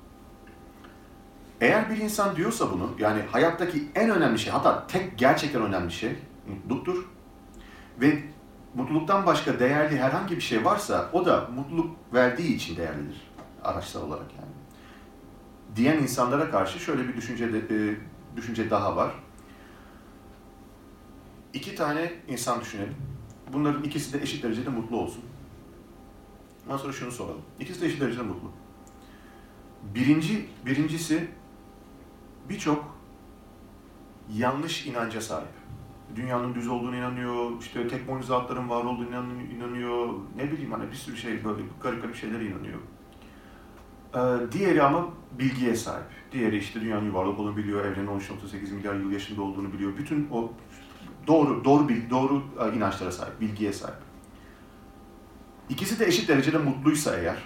Eğer bir insan diyorsa bunu, yani hayattaki en önemli şey, hatta tek gerçekten önemli şey mutluluktur. Ve mutluluktan başka değerli herhangi bir şey varsa o da mutluluk verdiği için değerlidir. Araçsal olarak yani. Diyen insanlara karşı şöyle bir düşünce daha var. İki tane insan düşünelim. Bunların ikisi de eşit derecede mutlu olsun. Ondan sonra şunu soralım. İkisi de eşit derecede mutlu. Birincisi birçok yanlış inanca sahip. Dünyanın düz olduğunu inanıyor, işte tek mucizatların var olduğunu inanıyor, ne bileyim hani bir sürü şey böyle garip şeylere inanıyor. Diğeri ama bilgiye sahip. Diğeri işte dünyanın yuvarlak olduğunu biliyor, evrenin 13.8 milyar yıl yaşında olduğunu biliyor. Bütün o doğru inançlara sahip, bilgiye sahip. İkisi de eşit derecede mutluysa eğer,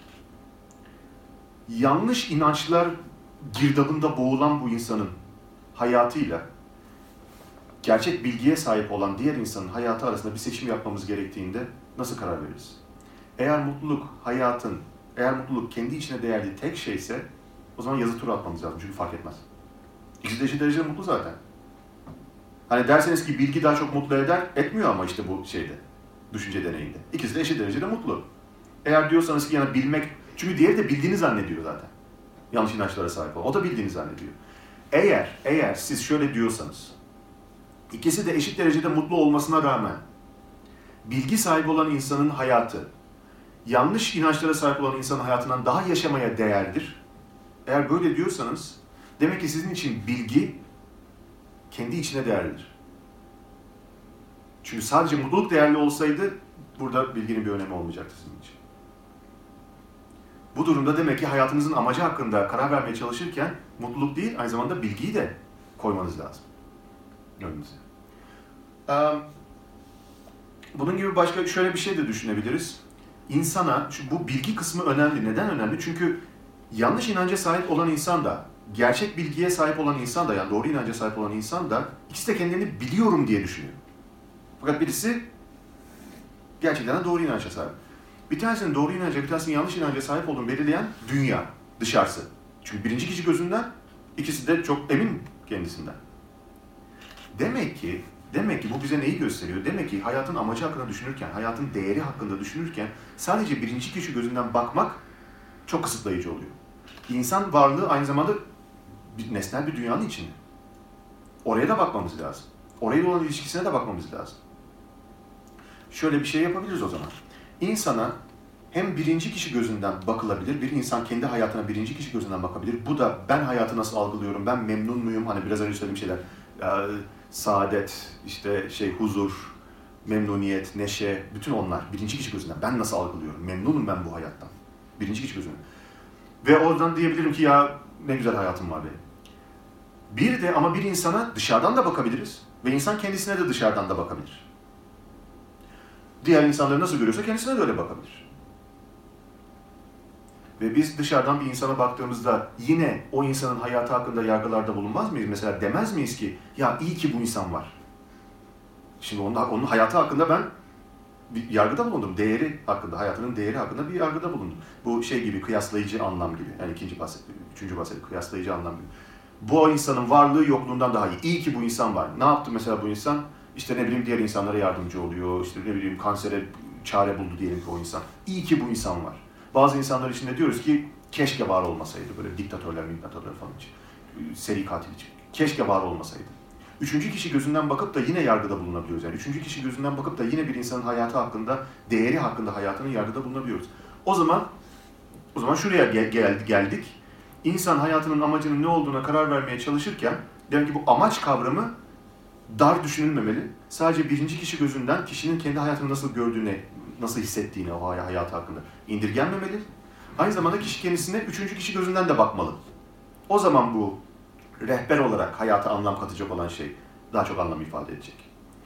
yanlış inançlar girdabında boğulan bu insanın hayatıyla gerçek bilgiye sahip olan diğer insanın hayatı arasında bir seçim yapmamız gerektiğinde nasıl karar veririz? Eğer mutluluk kendi içine değerli tek şeyse o zaman yazı turu atmamız lazım çünkü fark etmez. İkisi de eşit derecede mutlu zaten. Hani derseniz ki bilgi daha çok mutlu etmiyor ama işte bu düşünce deneyinde. İkisi de eşit derecede mutlu. Eğer diyorsanız ki yani bilmek, çünkü diğeri de bildiğini zannediyor zaten. Yanlış inançlara sahip olan. O da bildiğini zannediyor. Eğer siz şöyle diyorsanız, ikisi de eşit derecede mutlu olmasına rağmen bilgi sahibi olan insanın hayatı, yanlış inançlara sahip olan insanın hayatından daha yaşamaya değerlidir. Eğer böyle diyorsanız, demek ki sizin için bilgi kendi içine değerlidir. Çünkü sadece mutluluk değerli olsaydı, burada bilginin bir önemi olmayacaktı sizin için. Bu durumda demek ki hayatınızın amacı hakkında karar vermeye çalışırken, mutluluk değil, aynı zamanda bilgiyi de koymanız lazım önünüze. Bunun gibi başka şöyle bir şey de düşünebiliriz. İnsana, bu bilgi kısmı önemli. Neden önemli? Çünkü yanlış inanca sahip olan insan da, gerçek bilgiye sahip olan insan da, yani doğru inanca sahip olan insan da, ikisi de kendilerini biliyorum diye düşünüyor. Fakat birisi gerçekten de doğru inanca sahip. Bir tanesinin doğru inanca, bir tanesinin yanlış inanca sahip olduğunu belirleyen dünya, dışarısı. Çünkü birinci kişi gözünden, ikisi de çok emin kendisinden. Demek ki bu bize neyi gösteriyor? Demek ki hayatın amacı hakkında düşünürken, hayatın değeri hakkında düşünürken sadece birinci kişi gözünden bakmak çok kısıtlayıcı oluyor. İnsan varlığı aynı zamanda nesnel bir dünyanın içinde. Oraya da bakmamız lazım. Orayla olan ilişkisine de bakmamız lazım. Şöyle bir şey yapabiliriz o zaman. İnsana hem birinci kişi gözünden bakılabilir, bir insan kendi hayatına birinci kişi gözünden bakabilir. Bu da ben hayatı nasıl algılıyorum, ben memnun muyum? Hani biraz önce söylediğim şeyler, saadet, işte huzur, memnuniyet, neşe, bütün onlar birinci kişi gözünden. Ben nasıl algılıyorum? Memnunum ben bu hayattan. Birinci kişi gözünden. Ve oradan diyebilirim ki ya ne güzel hayatım var benim. Bir de ama bir insana dışarıdan da bakabiliriz. Ve insan kendisine de dışarıdan da bakabilir. Diğer insanları nasıl görüyorsa kendisine de öyle bakabilir. Ve biz dışarıdan bir insana baktığımızda yine o insanın hayatı hakkında yargılarda bulunmaz mıyız? Mesela demez miyiz ki ya iyi ki bu insan var. Şimdi onun hayatı hakkında ben bir yargıda bulundum. Değeri hakkında, hayatının değeri hakkında bir yargıda bulundum. Bu şey gibi, kıyaslayıcı anlam gibi. Yani üçüncü bahsettiğim kıyaslayıcı anlam gibi. Bu insanın varlığı yokluğundan daha iyi. İyi ki bu insan var. Ne yaptı mesela bu insan? İşte ne bileyim diğer insanlara yardımcı oluyor. İşte ne bileyim kansere çare buldu diyelim ki o insan. İyi ki bu insan var. Bazı insanlar için de diyoruz ki keşke var olmasaydı. Böyle diktatörler falan için. Seri katil için. Keşke var olmasaydı. Üçüncü kişi gözünden bakıp da yine yargıda bulunabiliyoruz. Yani üçüncü kişi gözünden bakıp da yine bir insanın hayatı hakkında, değeri hakkında hayatının yargıda bulunabiliyoruz. O zaman şuraya geldik. İnsan hayatının amacının ne olduğuna karar vermeye çalışırken demek ki bu amaç kavramı dar düşünülmemeli. Sadece birinci kişi gözünden kişinin kendi hayatını nasıl gördüğüne, nasıl hissettiğine o hayatı hakkında indirgenmemeli. Aynı zamanda kişi kendisine üçüncü kişi gözünden de bakmalı. O zaman bu rehber olarak hayata anlam katacak olan şey daha çok anlam ifade edecek.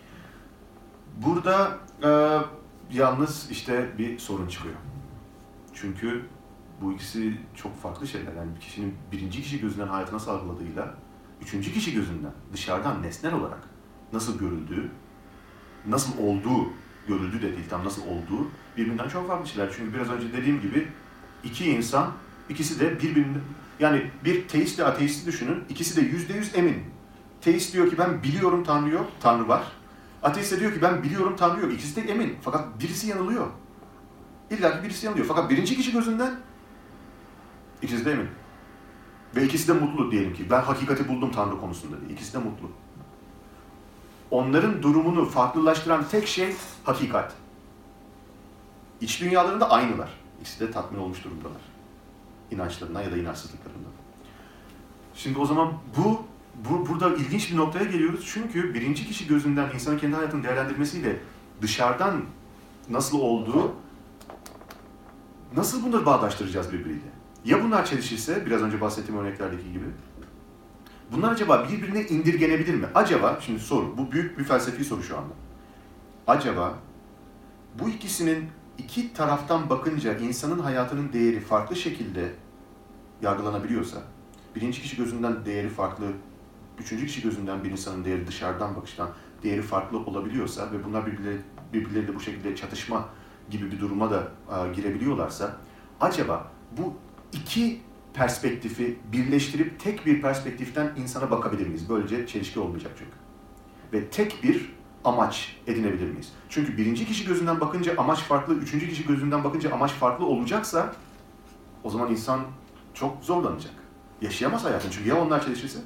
Burada yalnız işte bir sorun çıkıyor. Çünkü bu ikisi çok farklı şeyler. Yani bir kişinin birinci kişi gözünden hayatı nasıl algıladığıyla üçüncü kişi gözünden dışarıdan nesnel olarak nasıl görüldüğü, nasıl olduğu, görüldüğü de değil tam nasıl olduğu birbirinden çok farklı şeyler. Çünkü biraz önce dediğim gibi iki insan, ikisi de birbirinden, yani bir teist ve ateisti düşünün, ikisi de %100 emin. Teist diyor ki ben biliyorum Tanrı yok, Tanrı var. Ateist de diyor ki ben biliyorum Tanrı yok. İkisi de emin. Fakat birisi yanılıyor. İlla ki birisi yanılıyor. Fakat birinci kişi gözünden ikisi de emin. Ve ikisi de mutlu diyelim ki. Ben hakikati buldum Tanrı konusunda diye. İkisi de mutlu. Onların durumunu farklılaştıran tek şey hakikat. İç dünyalarında aynılar. İkisi de tatmin olmuş durumdalar. İnançlarından ya da inançsızlıklarından. Şimdi o zaman burada ilginç bir noktaya geliyoruz. Çünkü birinci kişi gözünden insanın kendi hayatını değerlendirmesiyle dışarıdan nasıl olduğu, nasıl bunları bağdaştıracağız birbiriyle? Ya bunlar çelişirse, biraz önce bahsettiğim örneklerdeki gibi, bunlar acaba birbirine indirgenebilir mi? Acaba, şimdi soru, bu büyük bir felsefi soru şu anda. Acaba bu ikisinin iki taraftan bakınca insanın hayatının değeri farklı şekilde yargılanabiliyorsa, birinci kişi gözünden değeri farklı, üçüncü kişi gözünden bir insanın değeri dışarıdan bakıştan değeri farklı olabiliyorsa ve bunlar birbirleriyle bu şekilde çatışma gibi bir duruma da girebiliyorlarsa, acaba bu iki perspektifi birleştirip tek bir perspektiften insana bakabilir miyiz? Böylece çelişki olmayacak çünkü. Ve tek bir amaç edinebilir miyiz? Çünkü birinci kişi gözünden bakınca amaç farklı, üçüncü kişi gözünden bakınca amaç farklı olacaksa o zaman insan çok zorlanacak. Yaşayamaz hayatını çünkü ya onlar çelişirse?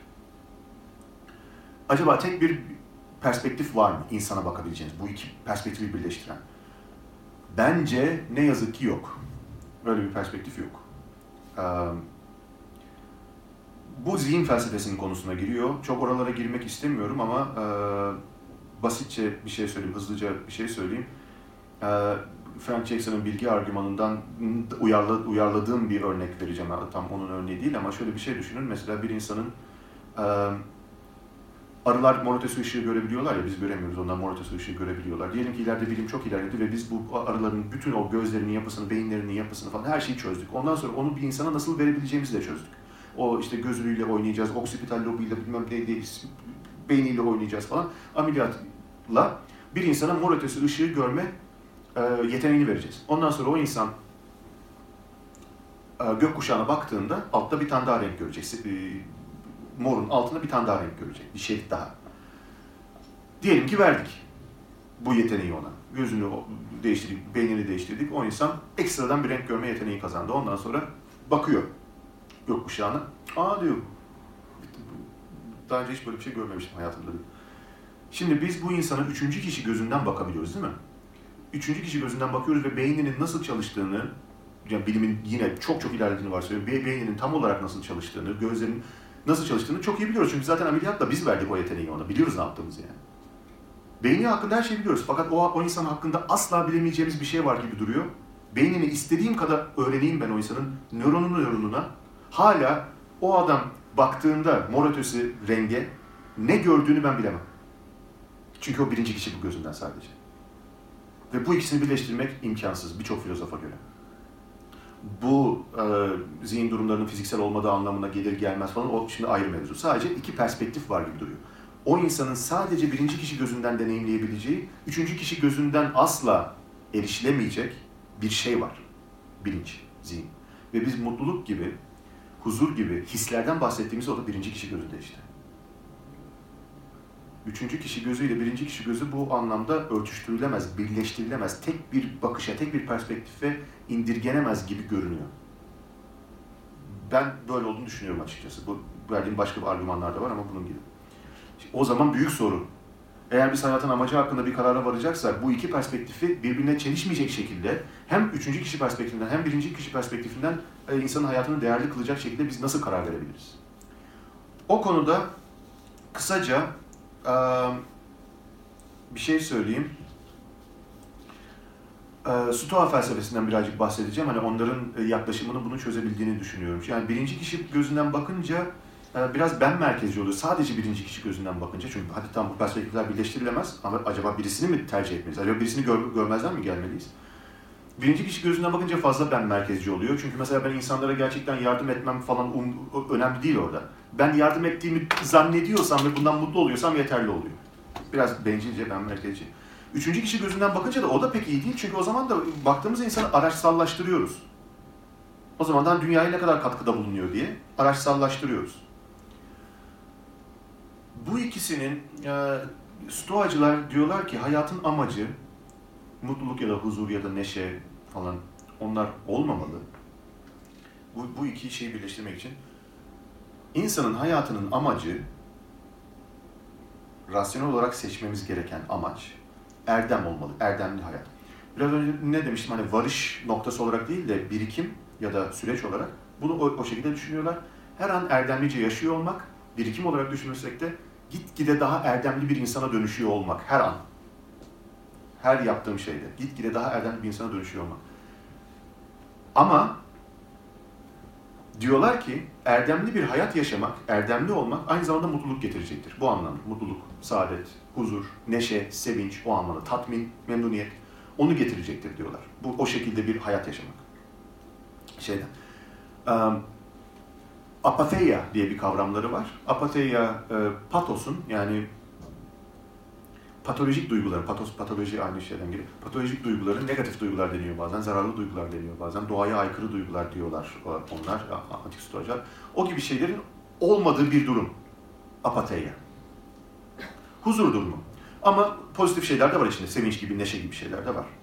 Acaba tek bir perspektif var mı insana bakabileceğiniz, bu iki perspektifi birleştiren? Bence ne yazık ki yok. Öyle bir perspektif yok. Bu zihin felsefesinin konusuna giriyor. Çok oralara girmek istemiyorum ama basitçe bir şey söyleyeyim, hızlıca bir şey söyleyeyim. Frank Jackson'ın bilgi argümanından uyarladığım bir örnek vereceğim. Tam onun örneği değil ama şöyle bir şey düşünün. Mesela bir insanın arılar mor ötesi ışığı görebiliyorlar ya, biz göremiyoruz, onlar mor ötesi ışığı görebiliyorlar. Diyelim ki ileride bilim çok ilerledi ve biz bu arıların bütün o gözlerinin yapısını, beyinlerinin yapısını falan her şeyi çözdük. Ondan sonra onu bir insana nasıl verebileceğimizi de çözdük. O işte gözüyle oynayacağız, oksipital lobuyla bilmem ne beyniyle oynayacağız falan. Ameliyatla bir insana mor ötesi ışığı görme yeteneğini vereceğiz. Ondan sonra o insan gökkuşağına baktığında altta bir tane daha renk görecek. Morun altında bir tane daha renk görecek. Bir şerit daha. Diyelim ki verdik bu yeteneği ona. Gözünü değiştirdik, beynini değiştirdik. O insan ekstradan bir renk görme yeteneği kazandı. Ondan sonra bakıyor gökkuşağına. Aa diyor, daha önce hiç böyle bir şey görmemiştim hayatımda. Şimdi biz bu insana üçüncü kişi gözünden bakabiliyoruz değil mi? Üçüncü kişi gözünden bakıyoruz ve beyninin nasıl çalıştığını, yani bilimin yine çok ilerlediğini varsayıyorum, beyninin tam olarak nasıl çalıştığını, gözlerinin nasıl çalıştığını çok iyi biliyoruz. Çünkü zaten ameliyatla biz verdik o yeteneği ona. Biliyoruz ne yaptığımızı yani. Beyni hakkında her şeyi biliyoruz. Fakat o insan hakkında asla bilemeyeceğimiz bir şey var gibi duruyor. beynini istediğim kadar öğreneyim ben o insanın nöronuna, hala o adam baktığında mor ötesi renge ne gördüğünü ben bilemem. Çünkü o birinci kişi bu gözünden sadece. Ve bu ikisini birleştirmek imkansız birçok filozofa göre. Bu zihin durumlarının fiziksel olmadığı anlamına gelir gelmez falan, o şimdi ayrı mevzu. Sadece iki perspektif var gibi duruyor. O insanın sadece birinci kişi gözünden deneyimleyebileceği, üçüncü kişi gözünden asla erişilemeyecek bir şey var. Bilinç, zihin. Ve biz mutluluk gibi, huzur gibi hislerden bahsettiğimizde o da birinci kişi gözünde işte. Üçüncü kişi gözüyle birinci kişi gözü bu anlamda örtüştürülemez, birleştirilemez, tek bir bakışa, tek bir perspektife indirgenemez gibi görünüyor. Ben böyle olduğunu düşünüyorum açıkçası. Bu verdiğim başka bir argümanlar da var ama bunun gibi. O zaman büyük soru. Eğer biz hayatın amacı hakkında bir karara varacaksak bu iki perspektifi birbirine çelişmeyecek şekilde hem üçüncü kişi perspektifinden hem birinci kişi perspektifinden insanın hayatını değerli kılacak şekilde biz nasıl karar verebiliriz? O konuda kısaca bir şey söyleyeyim. Stoa felsefesinden birazcık bahsedeceğim. Hani onların yaklaşımını bunu çözebildiğini düşünüyorum. Yani birinci kişi gözünden bakınca biraz ben merkezci oluyor. Sadece birinci kişi gözünden bakınca. Çünkü hadi tam bu perspektifler birleştirilemez ama acaba birisini mi tercih etmeliyiz? Acaba birisini görmezden mi gelmeliyiz? Birinci kişi gözünden bakınca fazla ben merkezci oluyor. Çünkü mesela ben insanlara gerçekten yardım etmem falan önemli değil orada. Ben yardım ettiğimi zannediyorsam ve bundan mutlu oluyorsam yeterli oluyor. Biraz bencilce, ben merkezci. Üçüncü kişi gözünden bakınca da o da pek iyi değil. Çünkü o zaman da baktığımız insanı araçsallaştırıyoruz. O zamandan dünyaya ne kadar katkıda bulunuyor diye araçsallaştırıyoruz. Bu ikisinin, Stoacılar diyorlar ki hayatın amacı, mutluluk ya da huzur ya da neşe falan, onlar olmamalı. Bu iki şeyi birleştirmek için insanın hayatının amacı, rasyonel olarak seçmemiz gereken amaç, erdem olmalı, erdemli hayat. Biraz önce ne demiştim, hani varış noktası olarak değil de birikim ya da süreç olarak bunu o şekilde düşünüyorlar. Her an erdemlice yaşıyor olmak, birikim olarak düşünürsek de gitgide daha erdemli bir insana dönüşüyor olmak, her an. Her yaptığım şeyde gitgide daha erdemli bir insana dönüşüyor olmak. Ama diyorlar ki erdemli bir hayat yaşamak, erdemli olmak aynı zamanda mutluluk getirecektir. Bu anlamda mutluluk, saadet, huzur, neşe, sevinç, o anlamda tatmin, memnuniyet onu getirecektir diyorlar. Bu o şekilde bir hayat yaşamak. Apatheia diye bir kavramları var. Apatheia, patosun yani patolojik duygular, patoloji aynı şeyden geliyor. Patolojik duyguların, negatif duygular deniyor bazen, zararlı duygular deniyor bazen, doğaya aykırı duygular diyorlar onlar, antik stoacılar. O gibi şeylerin olmadığı bir durum, apatheia. Huzur durumu. Ama pozitif şeyler de var içinde, sevinç gibi, neşe gibi şeyler de var.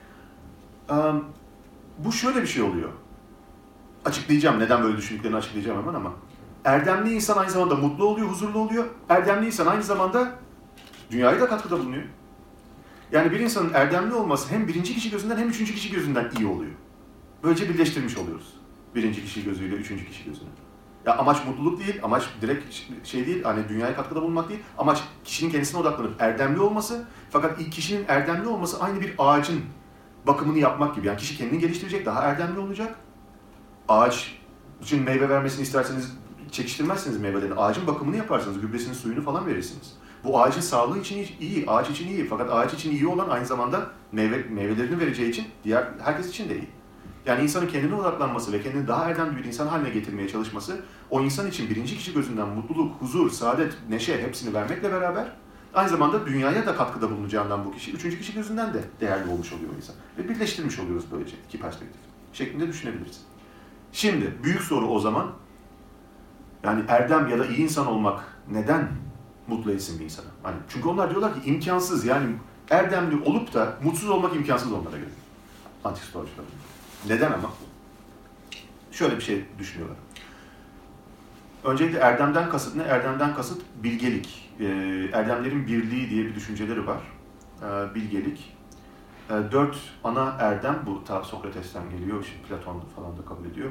Bu şöyle bir şey oluyor. Açıklayacağım, neden böyle düşündüklerini açıklayacağım hemen ama. Erdemli insan aynı zamanda mutlu oluyor, huzurlu oluyor. Erdemli insan aynı zamanda dünyaya da katkıda bulunuyor. Yani bir insanın erdemli olması hem birinci kişi gözünden hem üçüncü kişi gözünden iyi oluyor. Böylece birleştirmiş oluyoruz. Birinci kişi gözüyle üçüncü kişi gözünü. Ya amaç mutluluk değil, amaç direkt şey değil, hani dünyaya katkıda bulunmak değil. Amaç kişinin kendisine odaklanıp erdemli olması. Fakat kişinin erdemli olması aynı bir ağacın bakımını yapmak gibi. Yani kişi kendini geliştirecek, daha erdemli olacak. Ağaç için meyve vermesini isterseniz çekiştirmezsiniz meyvelerini. Ağacın bakımını yaparsınız, gübresini, suyunu falan verirsiniz. Bu ağacın sağlığı için iyi, ağaç için iyi. Fakat ağaç için iyi olan aynı zamanda meyvelerini vereceği için diğer herkes için de iyi. Yani insanın kendine odaklanması ve kendini daha erdemli bir insan haline getirmeye çalışması, o insan için birinci kişi gözünden mutluluk, huzur, saadet, neşe hepsini vermekle beraber aynı zamanda dünyaya da katkıda bulunacağından bu kişi, üçüncü kişi gözünden de değerli olmuş oluyor insan. Ve birleştirmiş oluyoruz böylece iki perspektif şeklinde düşünebiliriz. Şimdi büyük soru o zaman, yani erdem ya da iyi insan olmak neden mutlu etsin bir insana? Hani çünkü onlar diyorlar ki imkansız, yani erdemli olup da mutsuz olmak imkansız onlara göre. Antik stoacılar. Neden ama? Şöyle bir şey düşünüyorlar. Öncelikle erdemden kasıt ne? Erdemden kasıt bilgelik. Erdemlerin birliği diye bir düşünceleri var. Bilgelik. 4 ana erdem, bu ta Sokrates'ten geliyor, şimdi Platon falan da kabul ediyor.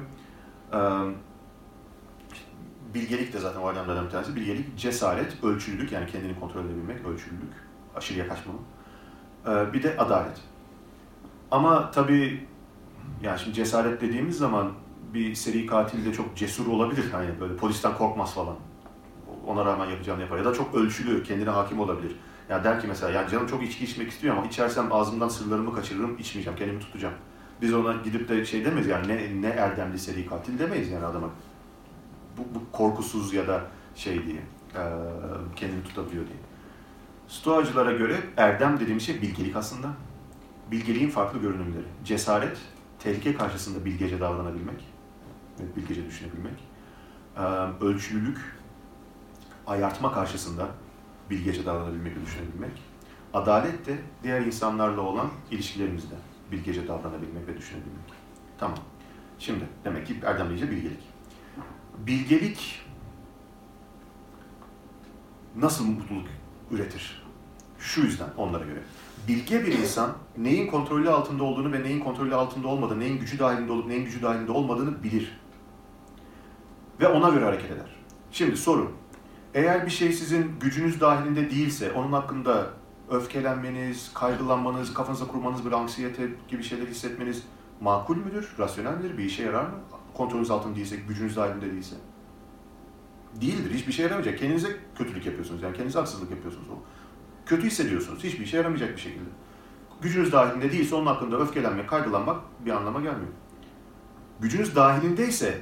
Bilgelik de zaten o erdemlerden bir tanesi. Bilgelik, cesaret, ölçülülük, yani kendini kontrol edebilmek, ölçülülük, aşırıya kaçmamak. Bir de adalet. Ama tabii Yani şimdi cesaret dediğimiz zaman bir seri katil de çok cesur olabilir. Hani böyle polisten korkmaz falan. Ona rağmen yapacağını yapar. Ya da çok ölçülü, kendine hakim olabilir. Yani der ki mesela, yani canım çok içki içmek istiyor ama içersem ağzımdan sırlarımı kaçırırım, içmeyeceğim, kendimi tutacağım. Biz ona gidip de şey demeyiz yani ne erdemli seri katil demeyiz yani adama. Bu korkusuz ya da şey diye, kendini tutabiliyor diye. Stoacılara göre erdem dediğimiz şey bilgelik aslında. Bilgeliğin farklı görünümleri. Cesaret, tehlike karşısında bilgece davranabilmek ve bilgece düşünebilmek. Ölçülülük, ayartma karşısında bilgece davranabilmek ve düşünebilmek. Adalet de diğer insanlarla olan ilişkilerimizde bilgece davranabilmek ve düşünebilmek. Tamam. Şimdi demek ki erdem deyince bilgelik. Bilgelik nasıl mutluluk üretir? Şu yüzden onlara göre. Bilge bir insan neyin kontrolü altında olduğunu ve neyin kontrolü altında olmadığını, neyin gücü dahilinde olup neyin gücü dahilinde olmadığını bilir. Ve ona göre hareket eder. Şimdi soru. Eğer bir şey sizin gücünüz dahilinde değilse, onun hakkında öfkelenmeniz, kaygılanmanız, kafanıza kurmanız, bir anksiyete gibi şeyler hissetmeniz makul müdür, rasyonel midir, bir işe yarar mı? Kontrolünüz altında değilse, gücünüz dahilinde değilse. Değildir, hiçbir şey yaramayacak. Kendinize kötülük yapıyorsunuz, yani kendinize haksızlık yapıyorsunuz. Kötü hissediyorsunuz, hiçbir işe yaramayacak bir şekilde. Gücünüz dahilinde değilse onun hakkında öfkelenmek, kaygılanmak bir anlama gelmiyor. Gücünüz dahilindeyse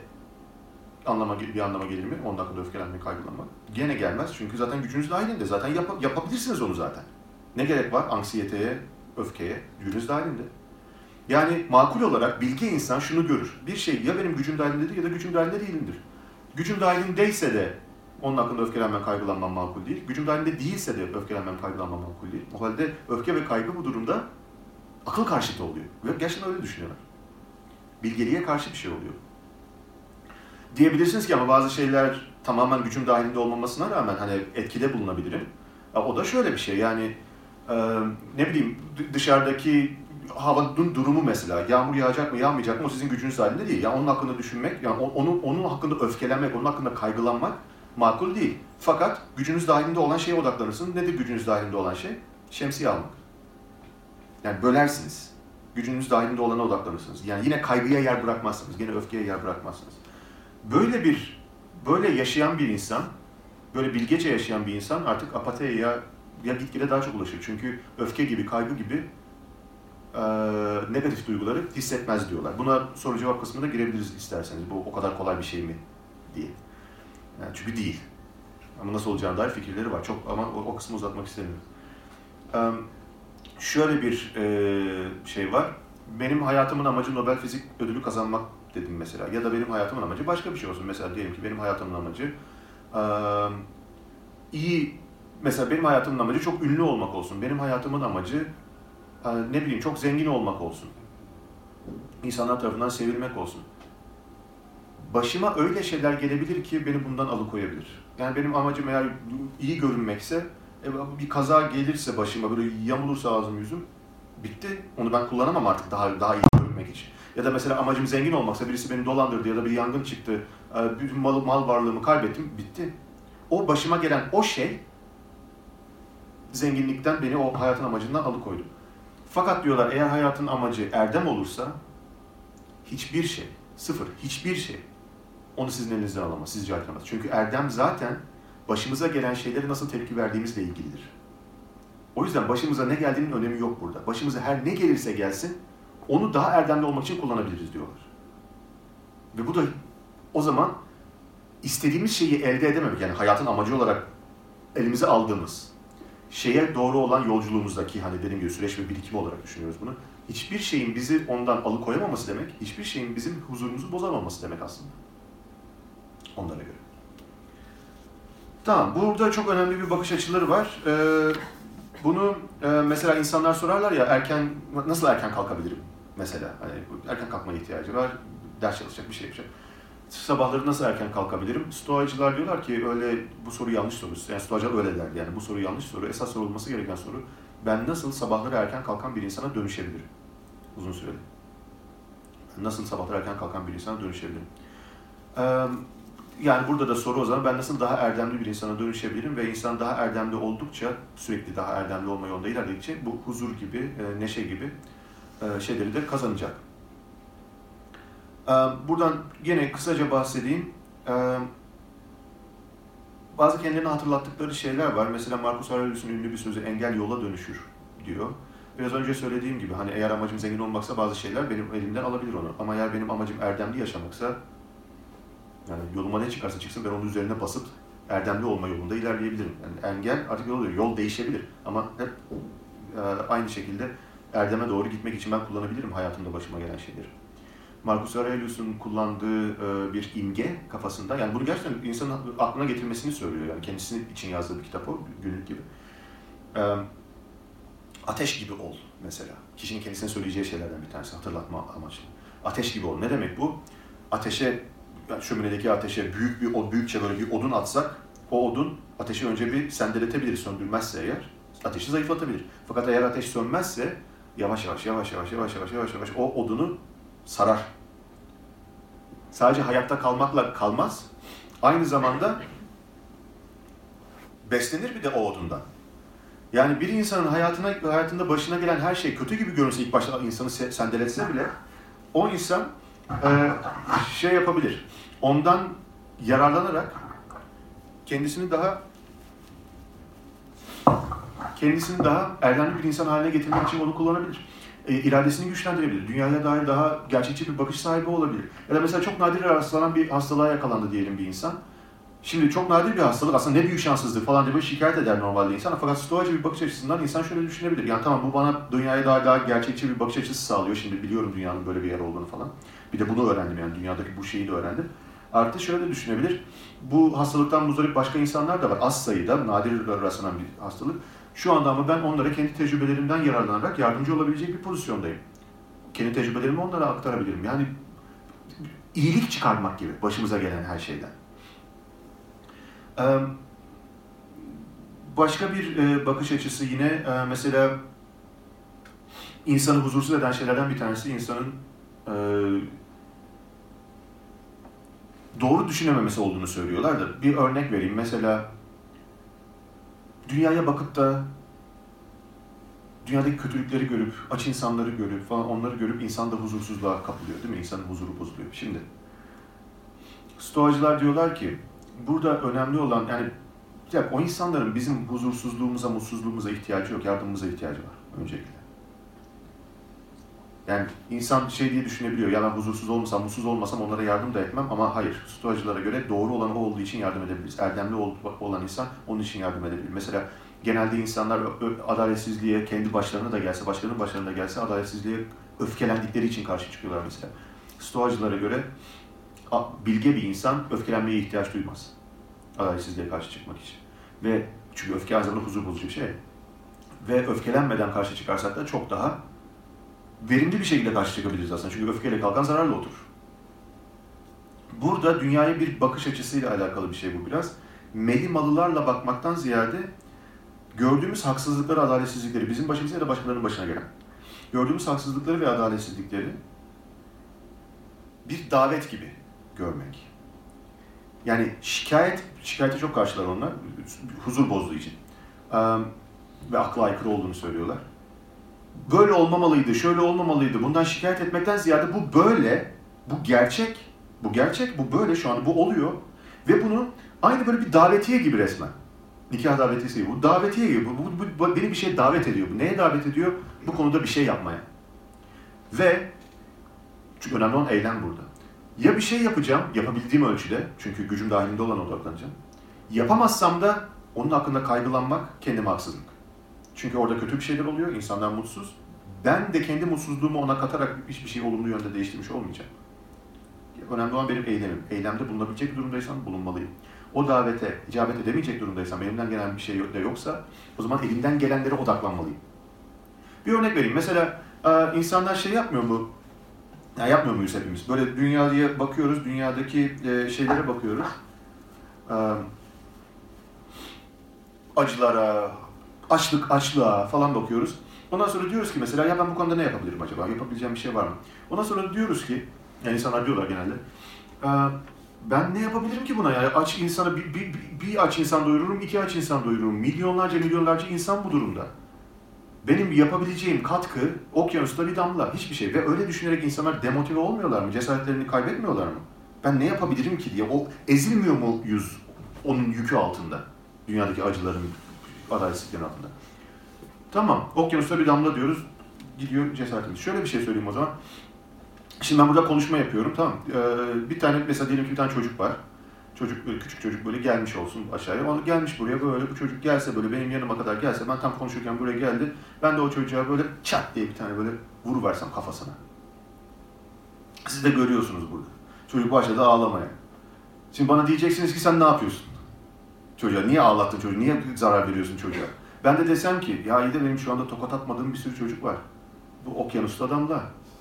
bir anlama gelir mi? Onun hakkında öfkelenmek, kaygılanmak. Gene gelmez çünkü zaten gücünüz dahilinde. Zaten yapabilirsiniz onu zaten. Ne gerek var anksiyeteye, öfkeye? Gücünüz dahilinde. Yani makul olarak bilge insan şunu görür. Bir şey ya benim gücüm dahilindedir ya da gücüm dahilinde değilimdir. Gücüm dahilindeyse de onun hakkında öfkelenmem, kaygılanmam makul değil. Gücüm dahilinde değilse de öfkelenmem, kaygılanmam makul değil. O halde öfke ve kaygı bu durumda akıl karşıtı oluyor. Ve gerçekten öyle düşünüyorlar. Bilgeliğe karşı bir şey oluyor. Diyebilirsiniz ki ama bazı şeyler tamamen gücüm dahilinde olmamasına rağmen hani etkide bulunabilirim. O da şöyle bir şey yani ne bileyim dışarıdaki havanın durumu mesela yağmur yağacak mı yağmayacak mı o sizin gücünüz dahilinde değil. Yani onun hakkında düşünmek, yani onun hakkında öfkelenmek, onun hakkında kaygılanmak makul değil. Fakat gücünüz dahilinde olan şeye odaklanırsınız. Nedir gücünüz dahilinde olan şey? Şemsiye almak. Yani bölersiniz. Gücünüz dahilinde olana odaklanırsınız. Yani yine kaygıya yer bırakmazsınız. Yine öfkeye yer bırakmazsınız. Böyle yaşayan bir insan, böyle bilgece yaşayan bir insan artık apatiye ya gitgide daha çok ulaşır. Çünkü öfke gibi, kaygı gibi negatif duyguları hissetmez diyorlar. Buna soru cevap kısmında girebiliriz isterseniz. Bu o kadar kolay bir şey mi diye. Yani çünkü değil. Ama nasıl olacağına dair fikirleri var. Çok ama o kısmı uzatmak istemiyorum. Şöyle bir şey var. Benim hayatımın amacı Nobel Fizik Ödülü kazanmak dedim mesela. Ya da benim hayatımın amacı başka bir şey olsun. Mesela diyelim ki benim hayatımın amacı mesela benim hayatımın amacı çok ünlü olmak olsun. Benim hayatımın amacı ne bileyim çok zengin olmak olsun. İnsanlar tarafından sevilmek olsun. Başıma öyle şeyler gelebilir ki beni bundan alıkoyabilir. Yani benim amacım eğer iyi görünmekse, bir kaza gelirse başıma, böyle yamulursa ağzım yüzüm, bitti. Onu ben kullanamam artık daha iyi görünmek için. Ya da mesela amacım zengin olmaksa, birisi beni dolandırdı ya da bir yangın çıktı, bütün mal varlığımı kaybettim, bitti. O başıma gelen o şey, zenginlikten beni o hayatın amacından alıkoydu. Fakat diyorlar eğer hayatın amacı erdem olursa, hiçbir şey, sıfır, hiçbir şey onu sizin elinizden alamaz, sizi caydıramaz. Çünkü erdem zaten başımıza gelen şeylere nasıl tepki verdiğimizle ilgilidir. O yüzden başımıza ne geldiğinin önemi yok burada. Başımıza her ne gelirse gelsin, onu daha erdemli olmak için kullanabiliriz diyorlar. Ve bu da o zaman istediğimiz şeyi elde edememek, yani hayatın amacı olarak elimize aldığımız şeye doğru olan yolculuğumuzdaki, hani dediğim gibi süreç ve birikim olarak düşünüyoruz bunu. Hiçbir şeyin bizi ondan alıkoyamaması demek, hiçbir şeyin bizim huzurumuzu bozamaması demek aslında. Onlara göre. Tamam, burada çok önemli bir bakış açıları var. Bunu mesela insanlar sorarlar ya, nasıl erken kalkabilirim mesela? Hani erken kalkmaya ihtiyacı var, ders çalışacak, bir şey yapacak. Sabahları nasıl erken kalkabilirim? Stoacılar diyorlar ki bu soru yanlış soru. Yani Stoacılar öyle derdi, yani bu soru yanlış soru. Esas sorulması gereken soru, ben nasıl sabahları erken kalkan bir insana dönüşebilirim? Uzun süreli. Nasıl sabahları erken kalkan bir insana dönüşebilirim? Yani burada da soru o zaman, ben nasıl daha erdemli bir insana dönüşebilirim ve insan daha erdemli oldukça, sürekli daha erdemli olma yolunda ilerledikçe bu huzur gibi, neşe gibi şeyleri de kazanacak. Buradan yine kısaca bahsedeyim. Bazı kendilerine hatırlattıkları şeyler var. Mesela Marcus Aurelius'un ünlü bir sözü, engel yola dönüşür diyor. Biraz önce söylediğim gibi hani eğer amacım zengin olmaksa bazı şeyler benim elimden alabilir onu. Ama eğer benim amacım erdemli yaşamaksa, yani yoluma ne çıkarsa çıksın ben onun üzerine basıp erdemli olma yolunda ilerleyebilirim. Yani engel artık yol değişebilir ama hep aynı şekilde erdeme doğru gitmek için ben kullanabilirim hayatımda başıma gelen şeyleri. Marcus Aurelius'un kullandığı bir imge kafasında, yani bunu gerçekten insanın aklına getirmesini söylüyor. Yani kendisi için yazdığı bir kitap o, günlük gibi. Ateş gibi ol mesela. Kişinin kendisine söyleyeceği şeylerden bir tanesi, hatırlatma amaçlı. Ateş gibi ol. Ne demek bu? Ateşe, yani şöminedeki ateşe büyükçe böyle bir odun atsak, o odun ateşi önce bir sendeletebilir, söndürmezse eğer, ateşi zayıflatabilir. Fakat eğer ateş sönmezse, yavaş yavaş o odunu sarar. Sadece hayatta kalmakla kalmaz, aynı zamanda beslenir bir de o odundan. Yani bir insanın hayatında başına gelen her şey kötü gibi görünse, ilk başta insanı sendeletse bile, o insan şey yapabilir. Ondan yararlanarak kendisini daha erdemli bir insan haline getirmek için onu kullanabilir. İradesini güçlendirebilir. Dünyaya dair daha gerçekçi bir bakış sahibi olabilir. Ya da mesela çok nadir rastlanan bir hastalığa yakalandı diyelim bir insan. Şimdi çok nadir bir hastalık, aslında ne büyük şanssızlık falan diye şikayet eder normalde insan. Fakat stoacı bir bakış açısından insan şöyle düşünebilir. Yani tamam, bu bana dünyaya daha gerçekçi bir bakış açısı sağlıyor. Şimdi biliyorum dünyanın böyle bir yer olduğunu falan. Bir de bunu öğrendim, yani dünyadaki bu şeyi de öğrendim. Artı şöyle düşünebilir. Bu hastalıktan muzdarip başka insanlar da var. Az sayıda, nadir rastlanan bir hastalık. Şu anda ama ben onlara kendi tecrübelerimden yararlanarak yardımcı olabilecek bir pozisyondayım. Kendi tecrübelerimi onlara aktarabilirim. Yani iyilik çıkarmak gibi başımıza gelen her şeyden. Başka bir bakış açısı yine mesela insanı huzursuz eden şeylerden bir tanesi insanın doğru düşünememesi olduğunu söylüyorlar da bir örnek vereyim. Mesela dünyaya bakıp da dünyadaki kötülükleri görüp, aç insanları görüp falan, onları görüp insan da huzursuzluğa kapılıyor, değil mi? İnsanın huzuru bozuluyor. Şimdi Stoacılar diyorlar ki burada önemli olan, yani o insanların bizim huzursuzluğumuza, mutsuzluğumuza ihtiyacı yok, yardımımıza ihtiyacı var öncelikle. Yani insan şey diye düşünebiliyor, ya ben huzursuz olmasam, mutsuz olmasam onlara yardım da etmem, ama hayır, Stoacılara göre doğru olan o olduğu için yardım edebiliriz. Erdemli olan insan onun için yardım edebilir. Mesela genelde insanlar adaletsizliğe kendi başlarına da gelse, başkalarının başlarına da gelse adaletsizliğe öfkelendikleri için karşı çıkıyorlar mesela. Stoacılara göre bilge bir insan öfkelenmeye ihtiyaç duymaz. Adaletsizliğe karşı çıkmak için. Ve çünkü öfke aynı zamanda huzur bozucu bir şey. Ve öfkelenmeden karşı çıkarsak da çok daha verimli bir şekilde karşı çıkabiliriz aslında. Çünkü öfkeyle kalkan zararla oturur. Burada dünyaya bir bakış açısıyla alakalı bir şey bu biraz. Melimalılarla bakmaktan ziyade gördüğümüz haksızlıkları, adaletsizlikleri, bizim başımıza ya da başkalarının başına gelen gördüğümüz haksızlıkları ve adaletsizlikleri bir davet gibi görmek. Yani şikayete çok karşılar onlar, huzur bozduğu için. Ve akla aykırı olduğunu söylüyorlar. Böyle olmamalıydı, şöyle olmamalıydı, bundan şikayet etmekten ziyade bu böyle, bu gerçek, bu böyle, şu an bu oluyor. Ve bunu aynı böyle bir davetiye gibi resmen. Nikah davetiyesi gibi, bu davetiye gibi, bu beni bir şeye davet ediyor. Bu neye davet ediyor? Bu konuda bir şey yapmaya. Ve, çünkü önemli olan eylem burada. Ya bir şey yapacağım, yapabildiğim ölçüde, çünkü gücüm dahilinde olan odaklanacağım. Yapamazsam da onun hakkında kaygılanmak kendime haksızlık. Çünkü orada kötü bir şeyler oluyor, insanlar mutsuz. Ben de kendi mutsuzluğumu ona katarak hiçbir şey olumlu yönde değiştirmiş olmayacağım. Önemli olan benim eylemim. Eylemde bulunabilecek bir durumdaysam bulunmalıyım. O davete icabet edemeyecek durumdaysam, elimden gelen bir şey de yoksa, o zaman elimden gelenlere odaklanmalıyım. Bir örnek vereyim. Mesela insanlar şey yapmıyor mu? Ya yapmıyor muyuz hepimiz? Böyle dünyaya bakıyoruz, dünyadaki şeylere bakıyoruz. Acılara, açlığa falan bakıyoruz. Ondan sonra diyoruz ki mesela, ya ben bu konuda ne yapabilirim acaba? Yapabileceğim bir şey var mı? Ondan sonra diyoruz ki, yani insanlar diyorlar genelde, ben ne yapabilirim ki buna? Yani aç insanı, bir aç insan doyururum, iki aç insan doyururum. Milyonlarca insan bu durumda. Benim yapabileceğim katkı okyanusta bir damla, hiçbir şey. Ve öyle düşünerek insanlar demotive olmuyorlar mı? Cesaretlerini kaybetmiyorlar mı? Ben ne yapabilirim ki diye. O ezilmiyor muyuz onun yükü altında? Dünyadaki acıların, adaletsizliklerin altında. Tamam, okyanusta bir damla diyoruz. Gidiyor cesaretimiz. Şöyle bir şey söyleyeyim o zaman. Şimdi ben burada konuşma yapıyorum, tamam. Bir tane, mesela diyelim ki bir tane çocuk var. Çocuk, böyle küçük çocuk böyle gelmiş olsun aşağıya. Onu gelmiş buraya böyle, bu çocuk gelse böyle benim yanıma kadar gelse, ben tam konuşurken buraya geldi. Ben de o çocuğa böyle çat diye bir tane böyle vuruversem kafasına. Siz de görüyorsunuz burada. Çocuk başladı ağlamaya. Şimdi bana diyeceksiniz ki sen ne yapıyorsun? Çocuğa niye ağlattın çocuğu? Niye zarar veriyorsun çocuğa? Ben de desem ki ya iyi de benim şu anda tokat atmadığım bir sürü çocuk var. Bu okyanusta damla.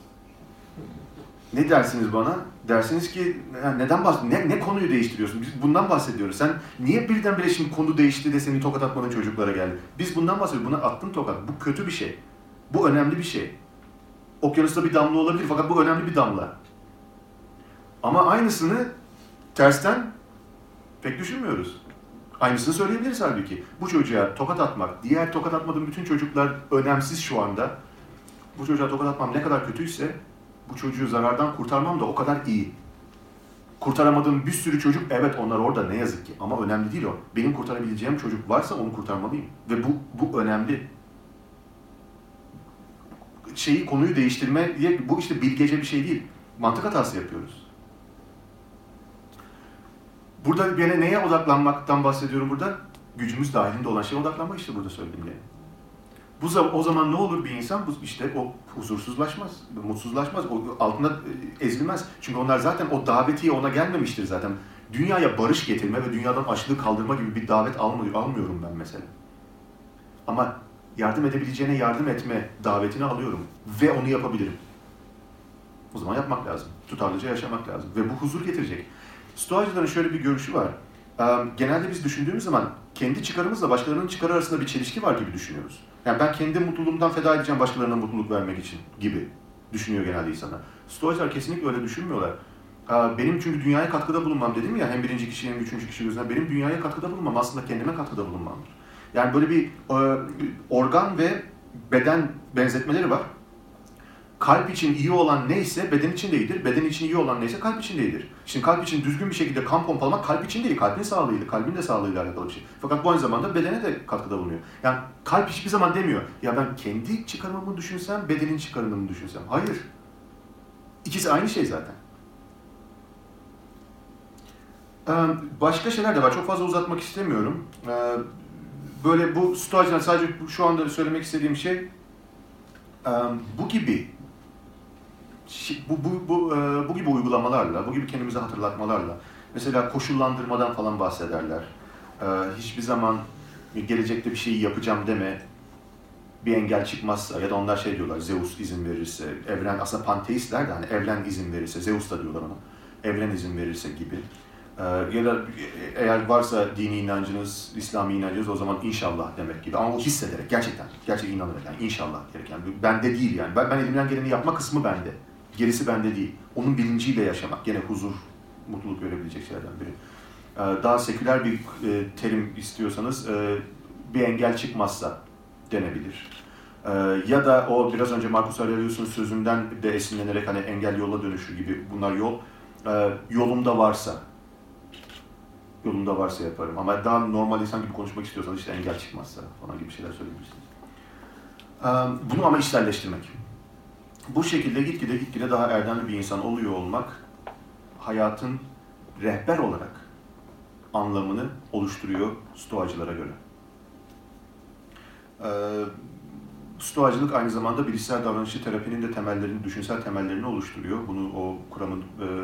Ne dersiniz bana? Dersiniz ki neden ne konuyu değiştiriyorsun? Biz bundan bahsediyoruz. Sen niye birdenbire şimdi konu değişti de senin tokat atmadığın çocuklara geldi? Biz bundan bahsediyoruz. Buna attın tokat. Bu kötü bir şey. Bu önemli bir şey. Okyanusta bir damla olabilir fakat bu önemli bir damla. Ama aynısını tersten pek düşünmüyoruz. Aynısını söyleyebiliriz halbuki. Bu çocuğa tokat atmak, diğer tokat atmadığım bütün çocuklar önemsiz şu anda. Bu çocuğa tokat atmam ne kadar kötüyse bu çocuğu zarardan kurtarmam da o kadar iyi. Kurtaramadığım bir sürü çocuk, evet onlar orada ne yazık ki ama önemli değil o. Benim kurtarabileceğim çocuk varsa onu kurtarmalıyım. Ve bu önemli. Konuyu değiştirmeye, bu işte bilgece bir şey değil. Mantık hatası yapıyoruz. Burada gene neye odaklanmaktan bahsediyorum burada? Gücümüz dahilinde olan şeye odaklanmak işte burada söylediğim yani. O zaman ne olur bir insan? İşte o huzursuzlaşmaz, mutsuzlaşmaz, o altında ezilmez. Çünkü onlar zaten o davetiye ona gelmemiştir zaten. Dünyaya barış getirme ve dünyadan açlığı kaldırma gibi bir davet almıyorum ben mesela. Ama yardım edebileceğine yardım etme davetini alıyorum ve onu yapabilirim. O zaman yapmak lazım. Tutarlıca yaşamak lazım ve bu huzur getirecek. Stoacıların şöyle bir görüşü var. Genelde biz düşündüğümüz zaman kendi çıkarımızla başkalarının çıkarı arasında bir çelişki var gibi düşünüyoruz. Yani ben kendi mutluluğumdan feda edeceğim başkalarına mutluluk vermek için gibi düşünüyor genelde insanlar. Stoacılar kesinlikle öyle düşünmüyorlar. Benim çünkü dünyaya katkıda bulunmam dedim ya, hem birinci kişi hem üçüncü kişi gözünden, benim dünyaya katkıda bulunmam aslında kendime katkıda bulunmamdır. Yani böyle bir organ ve beden benzetmeleri var. Kalp için iyi olan neyse beden için de iyidir, beden için iyi olan neyse kalp için de iyidir. Şimdi kalp için düzgün bir şekilde kan pompalamak kalp için değil, kalbin sağlığıyla, kalbin de sağlığıyla alakalı bir şey. Fakat bu aynı zamanda bedene de katkıda bulunuyor. Yani kalp hiçbir zaman demiyor, ya ben kendi çıkarımımı düşünsem, bedenin çıkarımını mı düşünsem? Hayır. İkisi aynı şey zaten. Başka şeyler de var, çok fazla uzatmak istemiyorum. Böyle bu stoacılar, sadece şu anda söylemek istediğim şey, bu gibi bu gibi uygulamalarla, bu gibi kendimize hatırlatmalarla, mesela koşullandırmadan falan bahsederler. Hiçbir zaman gelecekte bir şeyi yapacağım deme, bir engel çıkmazsa ya da onlar şey diyorlar, Zeus izin verirse, evren aslında panteistler de hani evren izin verirse, Zeus da diyorlar ona, evren izin verirse gibi. Ya da eğer varsa dini inancınız, İslami inancınız o zaman inşallah demek gibi. Ama o hissederek, gerçekten inanarak yani inşallah gereken. Bende değil yani. Ben elimden geleni yapma kısmı bende. Gerisi bende değil. Onun bilinciyle yaşamak. Gene huzur, mutluluk verebilecek şeylerden biri. Daha seküler bir terim istiyorsanız bir engel çıkmazsa denebilir. Ya da o biraz önce Marcus Aurelius'un sözünden de esinlenerek hani engel yola dönüşür gibi bunlar yol. Yolumda varsa yaparım. Ama daha normal insan gibi konuşmak istiyorsanız işte engel çıkmazsa falan gibi şeyler söyleyebilirsiniz. Bunu ama içselleştirmek. Bu şekilde gitgide daha erdemli bir insan oluyor olmak hayatın rehber olarak anlamını oluşturuyor Stoacılara göre. Stoacılık aynı zamanda bilişsel davranışçı terapinin de temellerini, düşünsel temellerini oluşturuyor. Bunu o kuramın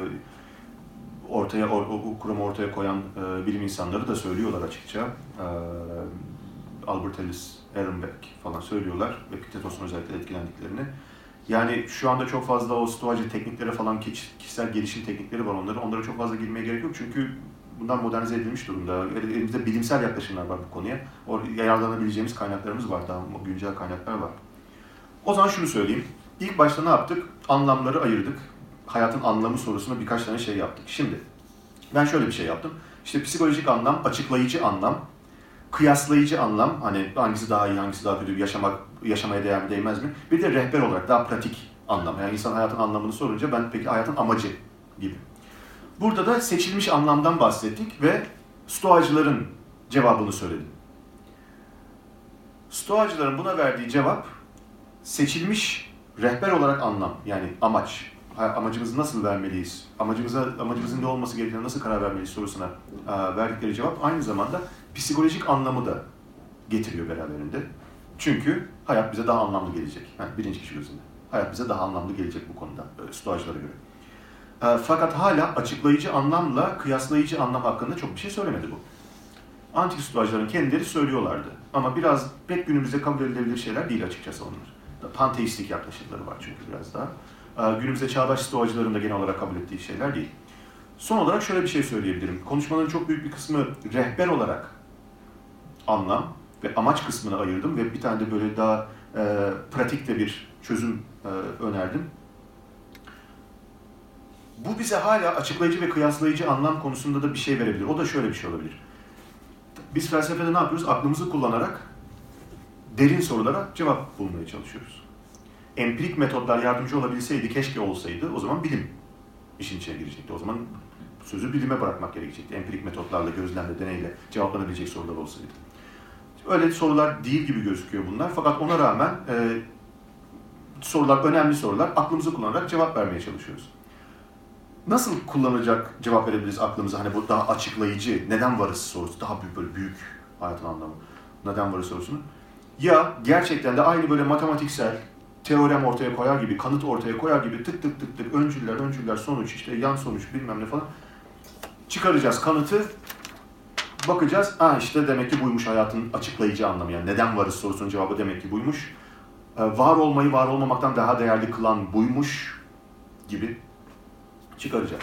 kuramı ortaya koyan bilim insanları da söylüyorlar açıkça. Albert Ellis, Aaron Beck falan söylüyorlar ve Epiktetos'un özellikle etkilendiklerini. Yani şu anda çok fazla o stoacı tekniklere falan, kişisel gelişim teknikleri var onlara çok fazla girmeye gerek yok çünkü bunlar modernize edilmiş durumda. Elimizde bilimsel yaklaşımlar var bu konuya. Yararlanabileceğimiz kaynaklarımız var, daha güncel kaynaklar var. O zaman şunu söyleyeyim. İlk başta ne yaptık? Anlamları ayırdık. Hayatın anlamı sorusuna birkaç tane şey yaptık. Şimdi ben şöyle bir şey yaptım. İşte psikolojik anlam, açıklayıcı anlam, kıyaslayıcı anlam, hani hangisi daha iyi, hangisi daha kötü, yaşamaya değer mi, değmez mi? Bir de rehber olarak daha pratik anlam. Yani insan hayatın anlamını sorunca ben peki hayatın amacı gibi. Burada da seçilmiş anlamdan bahsettik ve Stoacıların cevabını söyledim. Stoacıların buna verdiği cevap seçilmiş rehber olarak anlam, yani amaç. Amacımızı nasıl vermeliyiz? Amacımızın ne olması gerektiğine nasıl karar vermeliyiz sorusuna verdikleri cevap aynı zamanda psikolojik anlamı da getiriyor beraberinde. Çünkü hayat bize daha anlamlı gelecek. Yani birinci kişi gözünde. Hayat bize daha anlamlı gelecek bu konuda, Stoacılara göre. Fakat hala açıklayıcı anlamla kıyaslayıcı anlam hakkında çok bir şey söylemedi bu. Antik Stoacıların kendileri söylüyorlardı. Ama biraz pek günümüzde kabul edilebilir şeyler değil açıkçası onlar. Panteistik yaklaşımları var çünkü biraz daha. Günümüzde çağdaş Stoacıların da genel olarak kabul ettiği şeyler değil. Son olarak şöyle bir şey söyleyebilirim. Konuşmanın çok büyük bir kısmı rehber olarak anlam ve amaç kısmını ayırdım ve bir tane de böyle daha pratik de bir çözüm önerdim. Bu bize hala açıklayıcı ve kıyaslayıcı anlam konusunda da bir şey verebilir. O da şöyle bir şey olabilir. Biz felsefede ne yapıyoruz? Aklımızı kullanarak derin sorulara cevap bulmaya çalışıyoruz. Empirik metotlar yardımcı olabilseydi, keşke olsaydı, o zaman bilim işin içine girecekti. O zaman sözü bilime bırakmak gerekecekti. Empirik metotlarla, gözlemle, deneyle cevaplanabilecek sorular olsaydı. Öyle sorular değil gibi gözüküyor bunlar. Fakat ona rağmen sorular, önemli sorular, aklımızı kullanarak cevap vermeye çalışıyoruz. Nasıl kullanacak cevap verebiliriz aklımıza? Hani bu daha açıklayıcı, neden varız sorusu, daha büyük, böyle büyük hayatın anlamı, neden varız sorusunu. Ya gerçekten de aynı böyle matematiksel, teorem ortaya koyar gibi, kanıt ortaya koyar gibi tık tık tık tık, öncüller, sonuç, işte yan sonuç bilmem ne falan. Çıkaracağız kanıtı, bakacağız, işte demek ki buymuş hayatın açıklayıcı anlamı, yani neden varız sorusunun cevabı demek ki buymuş. Var olmayı var olmamaktan daha değerli kılan buymuş gibi çıkaracağız.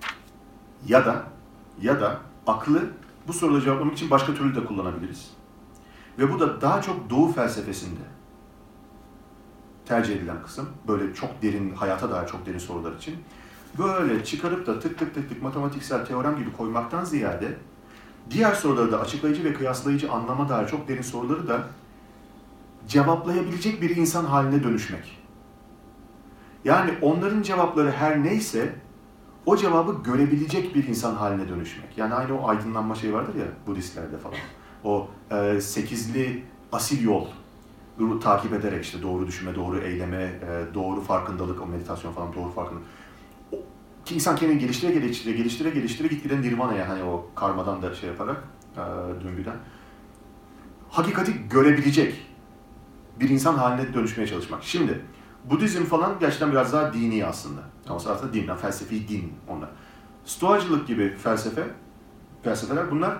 Ya da aklı bu soruları cevaplamak için başka türlü de kullanabiliriz. Ve bu da daha çok Doğu felsefesinde tercih edilen kısım. Böyle çok derin, hayata dair çok derin sorular için. Böyle çıkarıp da tık tık tık tık matematiksel teorem gibi koymaktan ziyade diğer soruları da açıklayıcı ve kıyaslayıcı anlama dair çok derin soruları da cevaplayabilecek bir insan haline dönüşmek. Yani onların cevapları her neyse o cevabı görebilecek bir insan haline dönüşmek. Yani aynı o aydınlanma şeyi vardır ya Budistlerde falan. O 8'li asil yol takip ederek işte doğru düşünme, doğru eyleme, doğru farkındalık, o meditasyon falan doğru farkındalık. Ki insan kendini geliştire gitgide nirvana'ya, hani o karmadan da şey yaparak, döngüden hakikati görebilecek bir insan haline dönüşmeye çalışmak. Şimdi Budizm falan gerçekten biraz daha dini aslında. Ama aslında din, felsefi din onlar. Stoacılık gibi felsefeler bunlar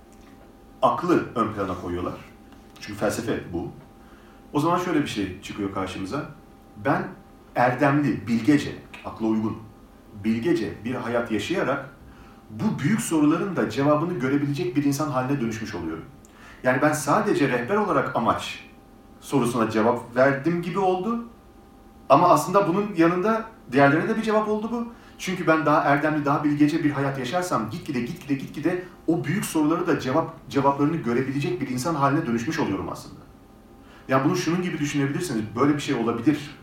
aklı ön plana koyuyorlar. Çünkü felsefe bu. O zaman şöyle bir şey çıkıyor karşımıza. Ben erdemli, bilgece, akla uygun, bilgece bir hayat yaşayarak bu büyük soruların da cevabını görebilecek bir insan haline dönüşmüş oluyorum. Yani ben sadece rehber olarak amaç sorusuna cevap verdim gibi oldu. Ama aslında bunun yanında diğerlerine de bir cevap oldu bu. Çünkü ben daha erdemli, daha bilgece bir hayat yaşarsam gitgide o büyük soruları da cevaplarını görebilecek bir insan haline dönüşmüş oluyorum aslında. Yani bunu şunun gibi düşünebilirsiniz. Böyle bir şey olabilir.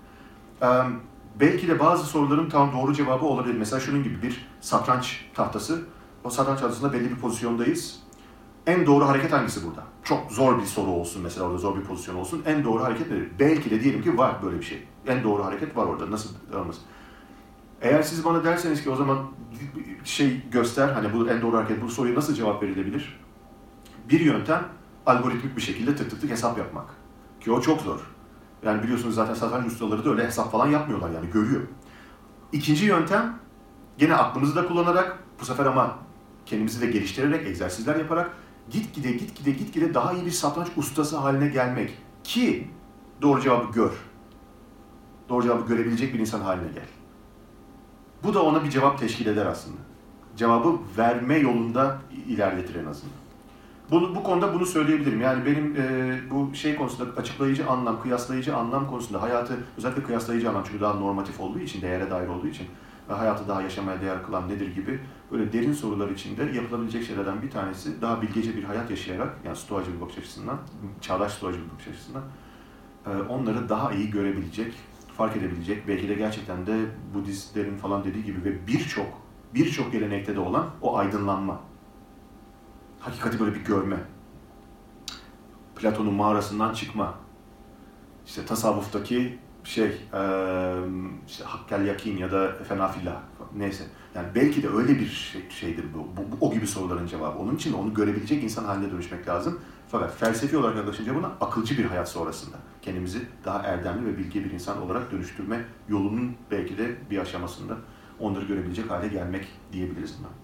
Belki de bazı soruların tam doğru cevabı olabilir. Mesela şunun gibi bir satranç tahtası. O satranç tahtasında belli bir pozisyondayız. En doğru hareket hangisi burada? Çok zor bir soru olsun mesela, orada zor bir pozisyon olsun. En doğru hareket nedir? Belki de diyelim ki var böyle bir şey. En doğru hareket var orada. Nasıl olmaz? Eğer siz bana derseniz ki o zaman şey göster, hani bu en doğru hareket, bu soruya nasıl cevap verilebilir? Bir yöntem algoritmik bir şekilde tık tık tık hesap yapmak. Ki o çok zor. Yani biliyorsunuz zaten satranç ustaları da öyle hesap falan yapmıyorlar, yani görüyor. İkinci yöntem gene aklımızı da kullanarak, bu sefer ama kendimizi de geliştirerek, egzersizler yaparak gitgide daha iyi bir satranç ustası haline gelmek. Ki doğru cevabı gör. Doğru cevabı görebilecek bir insan haline gel. Bu da ona bir cevap teşkil eder aslında. Cevabı verme yolunda ilerletir en azından. Bu konuda bunu söyleyebilirim. Yani benim bu şey konusunda açıklayıcı anlam, kıyaslayıcı anlam konusunda hayatı, özellikle kıyaslayıcı anlam çünkü daha normatif olduğu için, değere dair olduğu için hayatı daha yaşamaya değer kılan nedir gibi böyle derin sorular içinde yapılabilecek şeylerden bir tanesi daha bilgece bir hayat yaşayarak, yani stoacı bir bakış açısından, çağdaş stoacı bir bakış açısından onları daha iyi görebilecek, fark edebilecek, belki de gerçekten de Budistlerin falan dediği gibi ve birçok gelenekte de olan o aydınlanma. Hakikati böyle bir görme. Platon'un mağarasından çıkma. İşte tasavvuftaki işte hakkel yakin ya da fenafillah neyse. Yani belki de öyle bir şeydir bu. O gibi soruların cevabı. Onun için onu görebilecek insan haline dönüşmek lazım. Fakat felsefi olarak yaklaşınca buna akılcı bir hayat sonrasında kendimizi daha erdemli ve bilge bir insan olarak dönüştürme yolunun belki de bir aşamasında onları görebilecek hale gelmek diyebiliriz buna.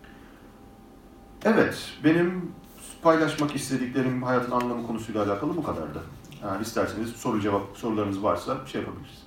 Evet, benim paylaşmak istediklerim hayatın anlamı konusuyla alakalı bu kadardı. Yani isterseniz sorularınız varsa şey yapabiliriz.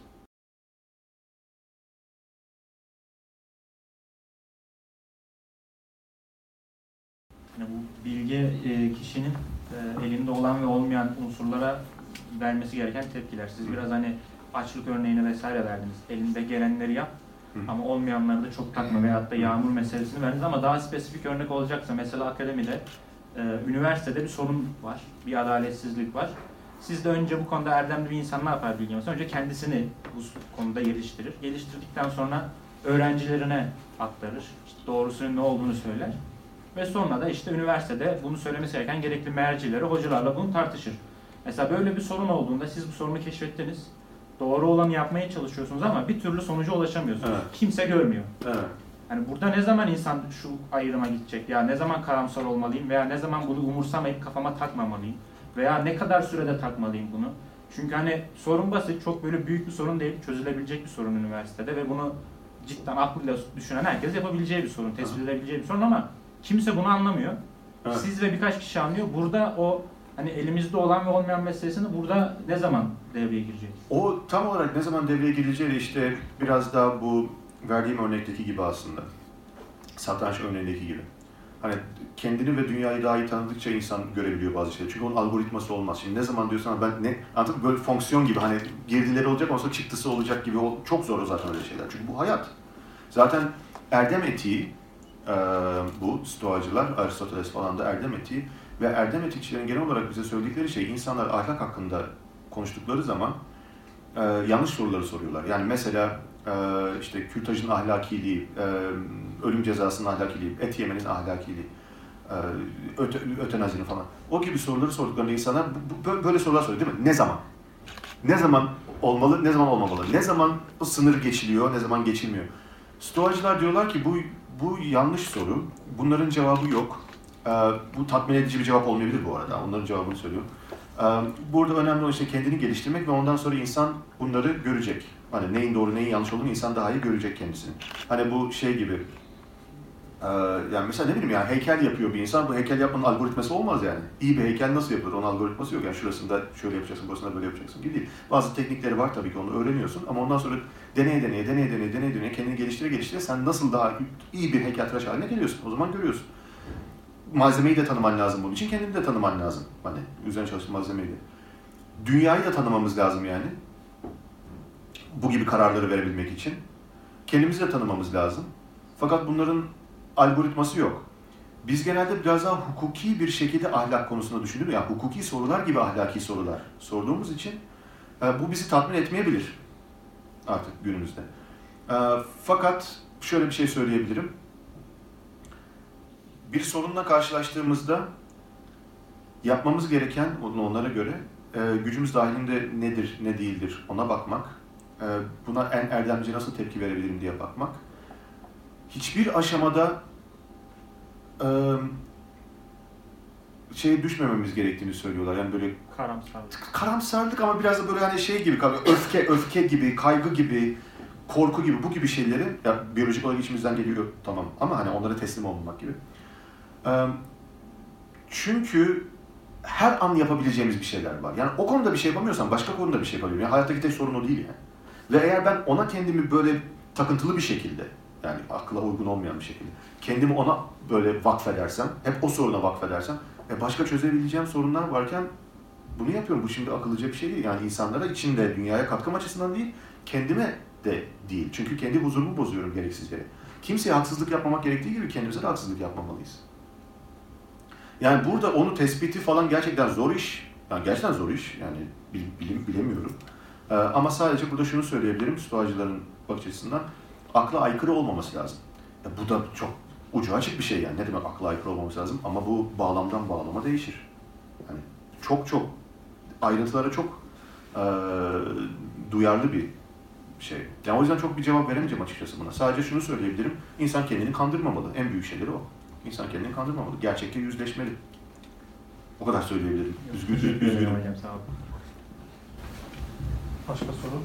Yani bu bilge kişinin elinde olan ve olmayan unsurlara vermesi gereken tepkiler. Siz biraz hani açlık örneğini vesaire verdiniz. Elinde gelenleri yap ama olmayanları da çok takma veyahut da yağmur meselesini verdiniz ama daha spesifik örnek olacaksa mesela akademide, üniversitede bir sorun var, bir adaletsizlik var. Siz de önce bu konuda erdemli bir insan ne yapar bilgi mesela? Önce kendisini bu konuda geliştirir. Geliştirdikten sonra öğrencilerine aktarır. İşte doğrusunun ne olduğunu söyler. Ve sonra da işte üniversitede bunu söylemesi gereken gerekli mercileri, hocalarla bunu tartışır. Mesela böyle bir sorun olduğunda siz bu sorunu keşfettiniz. Doğru olanı yapmaya çalışıyorsunuz ama bir türlü sonuca ulaşamıyorsunuz. Evet. Kimse görmüyor. Evet. Yani burada ne zaman insan şu ayrıma gidecek? Ya ne zaman karamsar olmalıyım veya ne zaman bunu umursamayıp kafama takmamalıyım? Veya ne kadar sürede takmalıyım bunu? Çünkü hani sorun basit, çok böyle büyük bir sorun değil, çözülebilecek bir sorun üniversitede ve bunu cidden aklıyla düşünen herkes yapabileceği bir sorun, tespit edebileceği bir sorun ama kimse bunu anlamıyor. Evet. Siz ve birkaç kişi anlıyor. Burada o hani elimizde olan ve olmayan meselesini burada ne zaman devreye girecek? O tam olarak ne zaman devreye gireceği de işte biraz daha bu verdiğim örnekteki gibi aslında. Satranç örneğindeki gibi. Hani kendini ve dünyayı daha iyi tanıdıkça insan görebiliyor bazı şeyleri. Çünkü onun algoritması olmaz. Şimdi ne zaman diyorsan ben ne artık böyle fonksiyon gibi hani girdileri olacak ama sonra çıktısı olacak gibi çok zor zaten öyle şeyler. Çünkü bu hayat. Zaten erdem etiği bu stoacılar, Aristoteles falan da erdem etiği ve erdem etikçilerin genel olarak bize söyledikleri şey insanlar ahlak hakkında konuştukları zaman yanlış soruları soruyorlar. Yani mesela işte kürtajın ahlakiliği, ölüm cezasının ahlakiliği, et yemenin ahlakiliği, ötenazinin falan. O gibi soruları sorduklarında insanlar böyle sorular soruyor değil mi? Ne zaman? Ne zaman olmalı, ne zaman olmamalı? Ne zaman o sınır geçiliyor, ne zaman geçilmiyor? Stoacılar diyorlar ki bu yanlış soru, bunların cevabı yok. Bu tatmin edici bir cevap olmayabilir bu arada, onların cevabını söylüyorum. Burada önemli olan işte kendini geliştirmek ve ondan sonra insan bunları görecek. Hani neyin doğru, neyin yanlış olduğunu insan daha iyi görecek kendisini. Hani bu şey gibi, yani mesela ne bileyim yani heykel yapıyor bir insan, bu heykel yapmanın algoritması olmaz yani. İyi bir heykel nasıl yapılır, onun algoritması yok. Yani şurasında şöyle yapacaksın, burasında böyle yapacaksın gibi değil. Bazı teknikleri var tabii ki, onu öğreniyorsun ama ondan sonra deneye kendini geliştire sen nasıl daha iyi bir heykeltıraş haline geliyorsun. O zaman görüyorsun. Malzemeyi de tanıman lazım bunun için, kendini de tanıman lazım. Hani üzerine çalıştığın malzemeyi de. Dünyayı da tanımamız lazım yani. Bu gibi kararları verebilmek için. Kendimizi de tanımamız lazım. Fakat bunların algoritması yok. Biz genelde biraz daha hukuki bir şekilde ahlak konusunda düşünürüz. Yani hukuki sorular gibi ahlaki sorular sorduğumuz için bu bizi tatmin etmeyebilir artık günümüzde. Fakat şöyle bir şey söyleyebilirim. Bir sorunla karşılaştığımızda yapmamız gereken onlara göre gücümüz dahilinde nedir, ne değildir ona bakmak. Buna en erdemlice nasıl tepki verebilirim diye bakmak. Hiçbir aşamada şeye düşmememiz gerektiğini söylüyorlar. Yani böyle karamsarlık ama biraz da böyle hani şey gibi kalıyor. Öfke gibi, kaygı gibi, korku gibi, bu gibi şeyleri ya biyolojik olarak içimizden geliyor tamam ama hani onlara teslim olmamak gibi. Çünkü her an yapabileceğimiz bir şeyler var. Yani o konuda bir şey yapamıyorsam başka konuda bir şey yapabilirim. Yani hayattaki tek sorun o değil yani. Ve eğer ben ona kendimi böyle takıntılı bir şekilde, yani akla uygun olmayan bir şekilde, kendimi ona böyle vakfedersem, hep o soruna vakfedersem, başka çözebileceğim sorunlar varken bunu yapıyorum. Bu şimdi akıllıca bir şey değil. Yani insanlara içinde dünyaya katkım açısından değil, kendime de değil. Çünkü kendi huzurumu bozuyorum gereksiz yere. Kimseye haksızlık yapmamak gerektiği gibi kendimize de haksızlık yapmamalıyız. Yani burada onu tespiti falan gerçekten zor iş. Yani gerçekten zor iş. Yani bilemiyorum. Ama sadece burada şunu söyleyebilirim Stoacıların bakış açısından. Akla aykırı olmaması lazım. Bu da çok ucu açık bir şey yani. Ne demek akla aykırı olmaması lazım? Ama bu bağlamdan bağlama değişir. Yani çok ayrıntılara çok duyarlı bir şey. Yani o yüzden çok bir cevap veremeyeceğim açıkçası buna. Sadece şunu söyleyebilirim. İnsan kendini kandırmamalı. En büyük şeyleri o. İnsan kendini kandırmamalı. Gerçekle yüzleşmeli. O kadar söyleyebilirim. Üzgünüm. Hocam, sağ olun. Başka soru?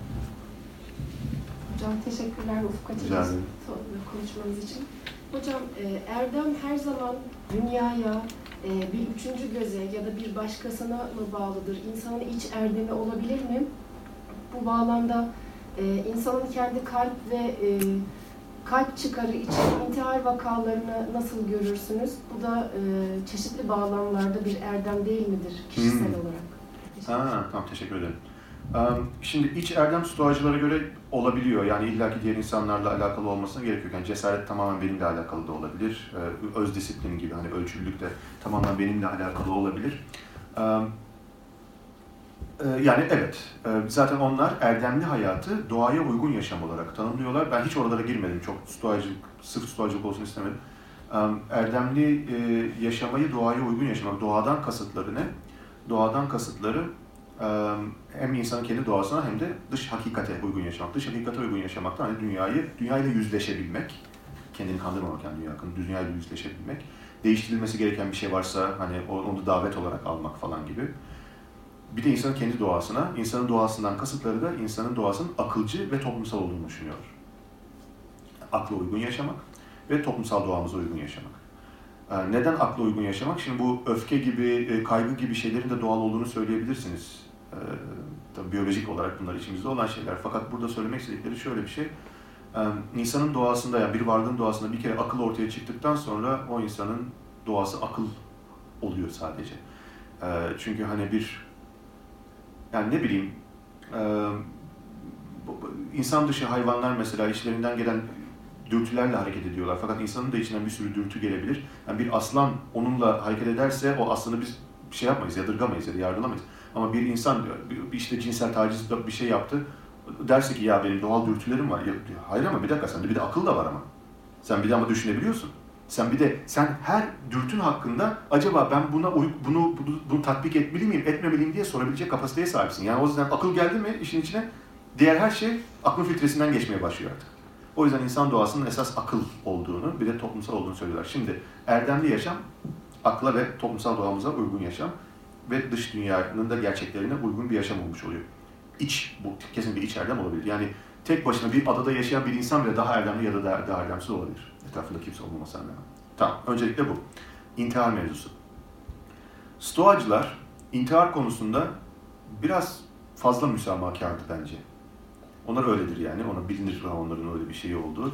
Hocam teşekkürler ufuk açıcı konuşmanız için. Hocam erdem her zaman dünyaya, bir üçüncü göze ya da bir başkasına mı bağlıdır? İnsanın iç erdemi olabilir mi? Bu bağlamda insanın kendi kalp ve kalp çıkarı için intihar vakalarını nasıl görürsünüz? Bu da çeşitli bağlamlarda bir erdem değil midir kişisel olarak? Tamam, teşekkür ederim. Şimdi iç erdem Stoacılara göre olabiliyor. Yani illaki diğer insanlarla alakalı olmasına gerek yok. Yani cesaret tamamen benimle alakalı da olabilir. Öz disiplin gibi hani ölçülülük de tamamen benimle alakalı olabilir. Yani evet, zaten onlar erdemli hayatı doğaya uygun yaşam olarak tanımlıyorlar. Ben hiç oralara girmedim, çok sırf stoacılık olsun istemedim. Erdemli yaşamayı doğaya uygun yaşamak, doğadan kasıtları ne? Doğadan kasıtları hem insanın kendi doğasına hem de dış hakikate uygun yaşamak. Dış hakikate uygun yaşamak da hani dünyayla yüzleşebilmek, kendini kandırmamak yani dünyayla yüzleşebilmek, değiştirilmesi gereken bir şey varsa hani onu davet olarak almak falan gibi. Bir de insanın kendi doğasına, insanın doğasından kasıtları da insanın doğasının akılcı ve toplumsal olduğunu düşünüyor. Akla uygun yaşamak ve toplumsal doğamıza uygun yaşamak. Neden akla uygun yaşamak? Şimdi bu öfke gibi, kaygı gibi şeylerin de doğal olduğunu söyleyebilirsiniz. Tabii biyolojik olarak bunlar içimizde olan şeyler. Fakat burada söylemek istedikleri şöyle bir şey. İnsanın doğasında, yani bir varlığın doğasında bir kere akıl ortaya çıktıktan sonra o insanın doğası akıl oluyor sadece. Çünkü hani yani ne bileyim, insan dışı hayvanlar mesela içlerinden gelen dürtülerle hareket ediyorlar. Fakat insanın da içinden bir sürü dürtü gelebilir. Yani bir aslan onunla hareket ederse o aslanı biz şey yapmayız, yadırgamayız ya da yargılamayız. Ama bir insan işte cinsel taciz bir şey yaptı, derse ki ya benim doğal dürtülerim var. Ya, hayır ama bir dakika, sende bir de akıl da var ama. Sen bir de ama düşünebiliyorsun. Sen her dürtün hakkında acaba ben bunu tatbik etmeli miyim, etmemeliyim diye sorabilecek kapasiteye sahipsin. Yani o yüzden akıl geldi mi işin içine, diğer her şey aklın filtresinden geçmeye başlıyor artık. O yüzden insan doğasının esas akıl olduğunu, bir de toplumsal olduğunu söylüyorlar. Şimdi erdemli yaşam, akla ve toplumsal doğamıza uygun yaşam ve dış dünyanın da gerçeklerine uygun bir yaşam olmuş oluyor. Bu kesin bir iç erdem olabilir. Yani tek başına bir adada yaşayan bir insan bile daha erdemli ya da daha erdemsiz olabilir. Etrafında kimse olmamasına rağmen. Tamam, öncelikle bu. İntihar mevzusu. Stoacılar intihar konusunda biraz fazla müsamahakardı bence. Onlar öyledir yani, ona bilinir onların öyle bir şeyi olduğu.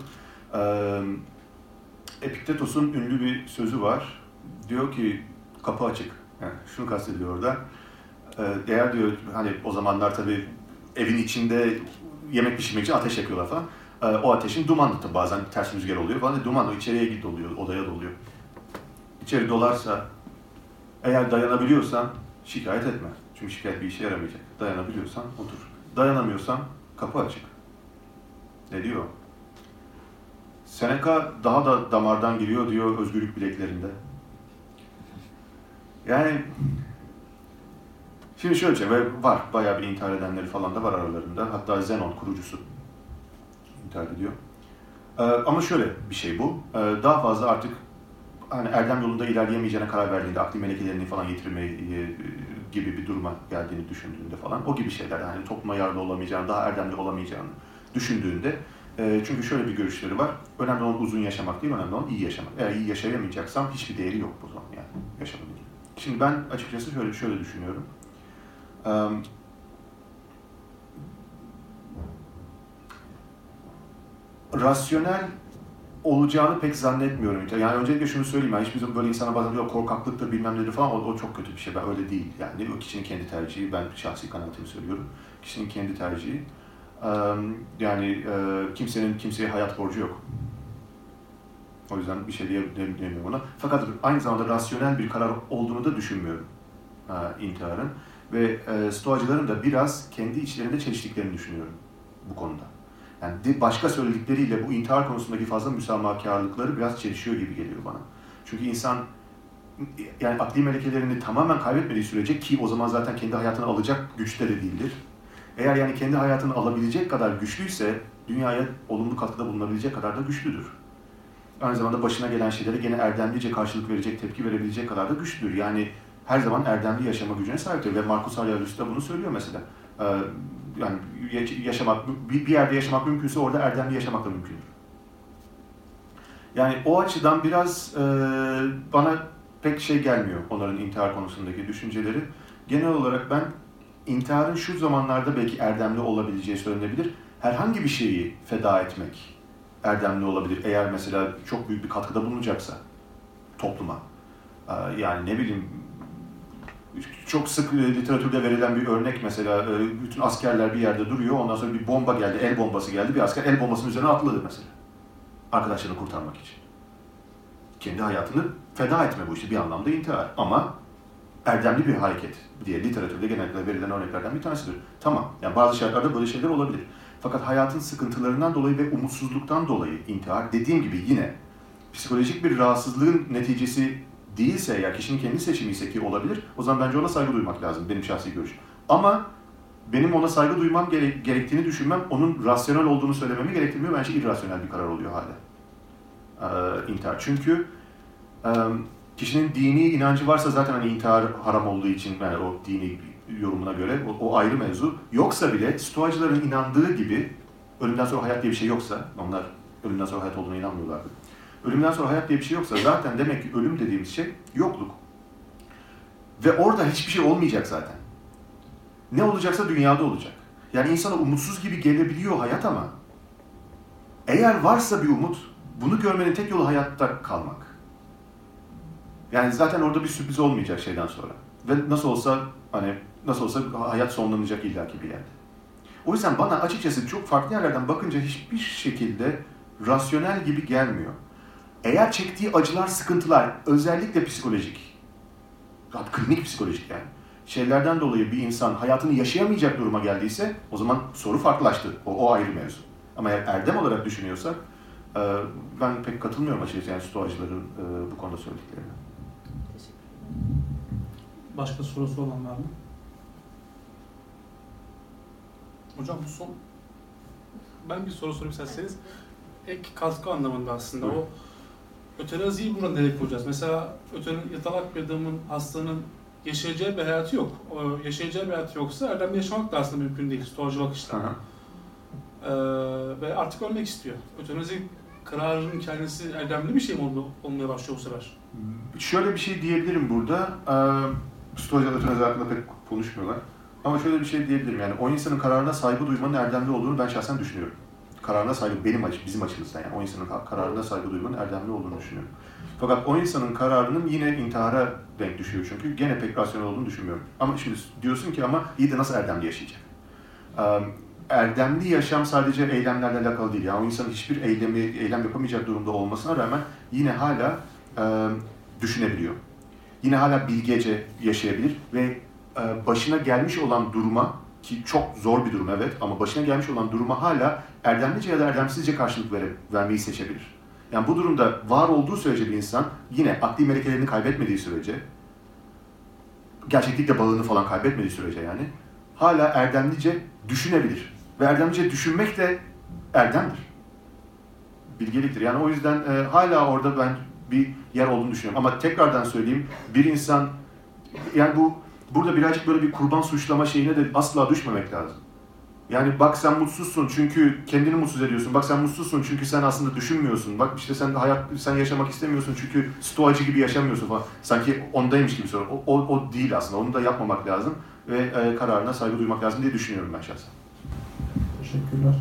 Epiktetos'un ünlü bir sözü var. Diyor ki, kapı açık. Yani şunu kastediyor orada. Eğer diyor, hani o zamanlar tabii evin içinde yemek pişirmek için ateş yakıyorlar falan. O ateşin dumanlı tabii, bazen ters rüzgar oluyor falan. Dumanlı içeriye doluyor, odaya doluyor. İçeri dolarsa, eğer dayanabiliyorsan şikayet etme. Çünkü şikayet bir işe yaramayacak. Dayanabiliyorsan otur. Dayanamıyorsan kapı açık. Ne diyor? Seneca daha da damardan giriyor diyor özgürlük bileklerinde. Yani şimdi şöyle bir şey var. Bayağı bir intihar edenleri falan da var aralarında. Hatta Zenon kurucusu intihar ediyor. Ama şöyle bir şey bu. Daha fazla artık hani erdem yolunda ilerleyemeyeceğine karar verdiğinde, akli melekelerini falan yitirmeyi gibi bir duruma geldiğini düşündüğünde falan, o gibi şeyler, yani topluma yararlı olamayacağını, daha erdemli olamayacağını düşündüğünde, çünkü şöyle bir görüşleri var, önemli olan uzun yaşamak değil, önemli olan iyi yaşamak. Eğer iyi yaşayamayacaksam hiçbir değeri yok bu zaman yani yaşamanın. Şimdi ben açıkçası şöyle düşünüyorum. Rasyonel olacağını pek zannetmiyorum. Yani öncelikle şunu söyleyeyim, yani hiçbir böyle insana bazen diyor korkaklıktır bilmem nedir falan, o çok kötü bir şey. Ben öyle değil yani. O kişinin kendi tercihi, ben şahsi kanaatimi söylüyorum. Kişinin kendi tercihi. Yani kimsenin kimseye hayat borcu yok. O yüzden bir şey diyemiyorum ona. Fakat aynı zamanda rasyonel bir karar olduğunu da düşünmüyorum intiharın. Ve Stoacıların da biraz kendi içlerinde çeliştiklerini düşünüyorum bu konuda. Yani başka söyledikleriyle bu intihar konusundaki fazla müsamahakarlıkları biraz çelişiyor gibi geliyor bana. Çünkü insan yani akli melekelerini tamamen kaybetmediği sürece, ki o zaman zaten kendi hayatını alacak güçte de değildir. Eğer yani kendi hayatını alabilecek kadar güçlüyse dünyaya olumlu katkıda bulunabilecek kadar da güçlüdür. Aynı zamanda başına gelen şeylere gene erdemlice karşılık verecek, tepki verebilecek kadar da güçlüdür. Yani her zaman erdemli yaşama gücüne sahiptir ve Marcus Aurelius da bunu söylüyor mesela. Yani yaşamak, bir yerde yaşamak mümkünse orada erdemli yaşamak da mümkündür. Yani o açıdan biraz bana pek şey gelmiyor onların intihar konusundaki düşünceleri. Genel olarak ben intiharın şu zamanlarda belki erdemli olabileceği söylenebilir. Herhangi bir şeyi feda etmek erdemli olabilir. Eğer mesela çok büyük bir katkıda bulunacaksa topluma. Yani ne bileyim, çok sık literatürde verilen bir örnek mesela, bütün askerler bir yerde duruyor, ondan sonra bir bomba geldi, el bombası geldi, bir asker el bombasının üzerine atladı mesela. Arkadaşlarını kurtarmak için. Kendi hayatını feda etme bu işte bir anlamda intihar. Ama erdemli bir hareket diye literatürde genellikle verilen örneklerden bir tanesidir. Tamam, yani bazı şartlarda böyle şeyler olabilir. Fakat hayatın sıkıntılarından dolayı ve umutsuzluktan dolayı intihar, dediğim gibi yine psikolojik bir rahatsızlığın neticesi değilse, eğer kişinin kendi seçimi ise ki olabilir, o zaman bence ona saygı duymak lazım, benim şahsi görüşüm. Ama benim ona saygı duymam gerektiğini düşünmem, onun rasyonel olduğunu söylememi gerektirmiyor, bence irrasyonel bir karar oluyor hala. İntihar. Çünkü kişinin dini inancı varsa zaten hani intihar haram olduğu için, yani o dini yorumuna göre o ayrı mevzu. Yoksa bile Stoacıların inandığı gibi ölümden sonra hayat diye bir şey yoksa, onlar ölümden sonra hayat olduğuna inanmıyorlardı. Ölümden sonra hayat diye bir şey yoksa zaten demek ki ölüm dediğimiz şey yokluk. Ve orada hiçbir şey olmayacak zaten. Ne olacaksa dünyada olacak. Yani insana umutsuz gibi gelebiliyor hayat ama eğer varsa bir umut, bunu görmenin tek yolu hayatta kalmak. Yani zaten orada bir sürpriz olmayacak şeyden sonra. Ve nasıl olsa hayat sonlanacak illaki bir yerde. O yüzden bana açıkçası çok farklı yerlerden bakınca hiçbir şekilde rasyonel gibi gelmiyor. Eğer çektiği acılar, sıkıntılar, özellikle psikolojik, klinik psikolojik yani, şeylerden dolayı bir insan hayatını yaşayamayacak duruma geldiyse o zaman soru farklılaştı. O ayrı mevzu. Ama eğer erdem olarak düşünüyorsak ben pek katılmıyorum açıkçası yani Stoacıların bu konuda söylediklerine. Başka sorusu olan var mı? Hocam bu son... Ben bir soru sorayım isterseniz. Ek katkı anlamında aslında. Buyurun. O ötenaziyi burada nereye koyacağız? Mesela yatalak bir adamın, hastanın yaşayacağı bir hayatı yok. O yaşayacağı bir hayatı yoksa erdemli yaşamak da aslında mümkün değil. Stoacı bakışla. Ve artık ölmek istiyor. Ötenazi kararının kendisi erdemli bir şey mi olmaya başlıyor bu sefer? Şöyle bir şey diyebilirim burada. Stoacılar ötenazi hakkında pek konuşmuyorlar. Ama şöyle bir şey diyebilirim yani o insanın kararına saygı duymanın erdemli olduğunu ben şahsen düşünüyorum. Kararına saygı, bizim açımızdan yani o insanın kararına saygı duymanın erdemli olduğunu düşünüyorum. Fakat o insanın kararının yine intihara denk düşüyor çünkü gene pek rasyonel olduğunu düşünmüyorum. Ama şimdi diyorsun ki ama iyi de nasıl erdemli yaşayacak? Erdemli yaşam sadece eylemlerle alakalı değil. Yani o insanın hiçbir eylem yapamayacak durumda olmasına rağmen yine hala düşünebiliyor. Yine hala bilgece yaşayabilir ve başına gelmiş olan duruma, ki çok zor bir durum evet ama başına gelmiş olan duruma hala erdemlice ya da erdemsizce karşılık vermeyi seçebilir. Yani bu durumda var olduğu sürece bir insan yine akli melekelerini kaybetmediği sürece, gerçeklikle bağını falan kaybetmediği sürece yani hala erdemlice düşünebilir. Ve erdemlice düşünmek de erdemdir. Bilgeliktir. Yani o yüzden hala orada ben bir yer olduğunu düşünüyorum. Ama tekrardan söyleyeyim, bir insan, yani burada birazcık böyle bir kurban suçlama şeyine de asla düşmemek lazım. Yani bak sen mutsuzsun çünkü kendini mutsuz ediyorsun. Bak sen mutsuzsun çünkü sen aslında düşünmüyorsun. Bak işte sen yaşamak istemiyorsun çünkü stoacı gibi yaşamıyorsun falan. Sanki ondaymış gibi soru. O değil aslında. Onu da yapmamak lazım ve kararına saygı duymak lazım diye düşünüyorum ben şahsen. Teşekkürler.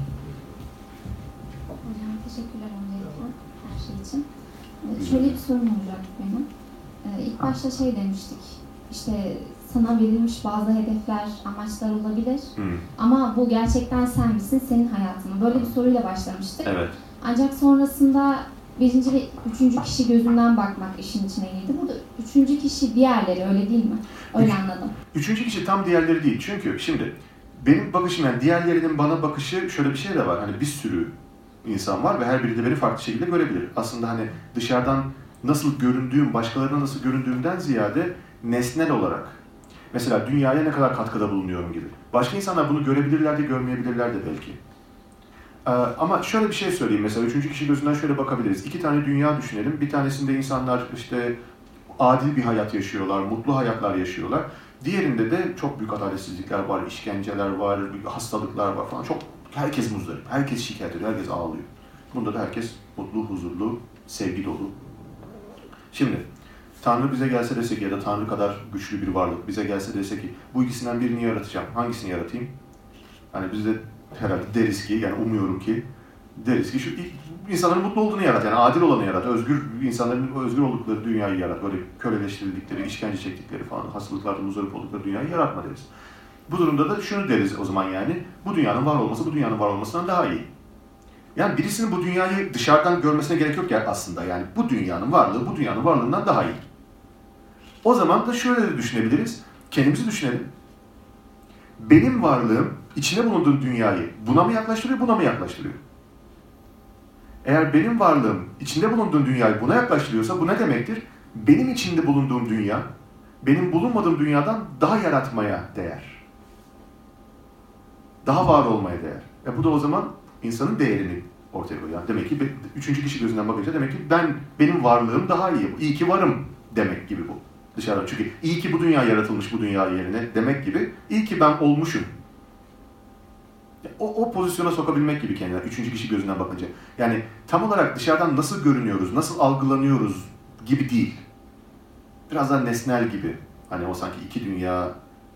Hocam teşekkürler öncelikle her şey için. Şöyle bir sorum olacak benim. İlk başta demiştik. İşte sana verilmiş bazı hedefler, amaçlar olabilir. Hı. Ama bu gerçekten sen misin, senin hayatın mı? Böyle bir soruyla başlamıştık. Evet. Ancak sonrasında birinci ve üçüncü kişi gözünden bakmak işin içine girdi. Burada üçüncü kişi diğerleri, öyle değil mi? Öyle anladım. Üçüncü kişi tam diğerleri değil. Çünkü şimdi benim bakışım, yani diğerlerinin bana bakışı, şöyle bir şey de var. Hani bir sürü insan var ve her biri de beni farklı şekilde görebilir. Aslında hani dışarıdan nasıl göründüğüm, başkalarına nasıl göründüğümden ziyade nesnel olarak. Mesela dünyaya ne kadar katkıda bulunuyorum gibi. Başka insanlar bunu görebilirler de görmeyebilirler de belki. Ama şöyle bir şey söyleyeyim, mesela üçüncü kişi gözünden şöyle bakabiliriz. 2 tane dünya düşünelim. Bir tanesinde insanlar işte adil bir hayat yaşıyorlar, mutlu hayatlar yaşıyorlar. Diğerinde de çok büyük adaletsizlikler var, işkenceler var, hastalıklar var falan. Herkes muzdarip, herkes şikayet ediyor, herkes ağlıyor. Bunda da herkes mutlu, huzurlu, sevgi dolu. Şimdi Tanrı bize gelse dese ki ya da Tanrı kadar güçlü bir varlık bize gelse dese ki bu ikisinden birini yaratacağım. Hangisini yaratayım? Hani biz de herhalde deriz ki, yani umuyorum ki deriz ki şu insanların mutlu olduğunu yarat, yani adil olanı yarat, insanların özgür oldukları dünyayı yarat, böyle köleleştirildikleri, işkence çektikleri falan, hastalıklardan muzdarip oldukları dünyayı yaratma deriz. Bu durumda da şunu deriz o zaman, yani bu dünyanın var olması bu dünyanın var olmasından daha iyi. Yani birisinin bu dünyayı dışarıdan görmesine gerek yok ya aslında, yani bu dünyanın varlığı bu dünyanın varlığından daha iyi. O zaman da şöyle de düşünebiliriz, kendimizi düşünelim. Benim varlığım içine bulunduğum dünyayı buna mı yaklaştırıyor, buna mı yaklaştırıyor? Eğer benim varlığım içinde bulunduğum dünyayı buna yaklaştırıyorsa bu ne demektir? Benim içinde bulunduğum dünya, benim bulunmadığım dünyadan daha yaratmaya değer. Daha var olmaya değer. Bu da o zaman insanın değerini ortaya koyuyor. Yani demek ki üçüncü kişi gözünden bakınca demek ki benim varlığım daha iyi. İyi ki varım demek gibi bu. Dışarıdan. Çünkü iyi ki bu dünya yaratılmış bu dünya yerine demek gibi, iyi ki ben olmuşum. O pozisyona sokabilmek gibi kendine, üçüncü kişi gözünden bakınca. Yani tam olarak dışarıdan nasıl görünüyoruz, nasıl algılanıyoruz gibi değil. Biraz daha nesnel gibi. Hani o sanki iki dünya,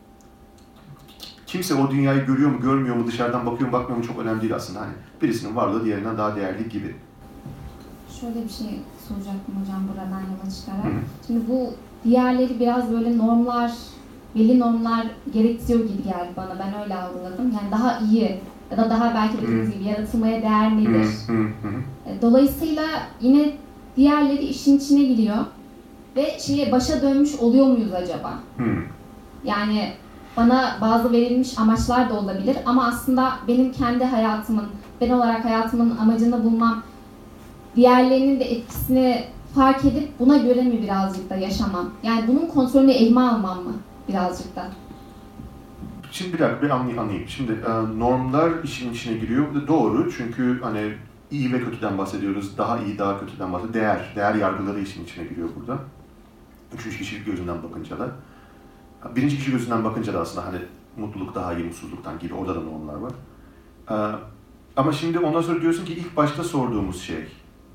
kimse o dünyayı görüyor mu, görmüyor mu, dışarıdan bakıyor mu, bakmıyor mu çok önemli değil aslında. Hani birisinin varlığı diğerinden daha değerli gibi. Şöyle bir şey soracaktım hocam buradan yola çıkarak. Şimdi bu diğerleri biraz böyle normlar, belli normlar gerektiriyor gibi geldi bana. Ben öyle algıladım. Yani daha iyi ya da daha belki dediğiniz gibi yaratılmaya değer nedir? Dolayısıyla yine diğerleri işin içine giriyor ve başa dönmüş oluyor muyuz acaba? Yani bana bazı verilmiş amaçlar da olabilir ama aslında benim kendi hayatımın, ben olarak hayatımın amacını bulmam, diğerlerinin de etkisini fark edip buna göre mi birazcık da yaşamam? Yani bunun kontrolünü elime almam mı birazcık da? Şimdi bir dakika bir anlayayım. Şimdi normlar işin içine giriyor. Doğru, çünkü hani iyi ve kötüden bahsediyoruz. Daha iyi, daha kötüden bahsediyoruz. Değer yargıları işin içine giriyor burada. Üçüncü kişi gözünden bakınca da. Birinci kişi gözünden bakınca da aslında hani mutluluk daha iyi, mutsuzluktan gibi orada da normlar var. Ama şimdi ondan sonra diyorsun ki ilk başta sorduğumuz şey.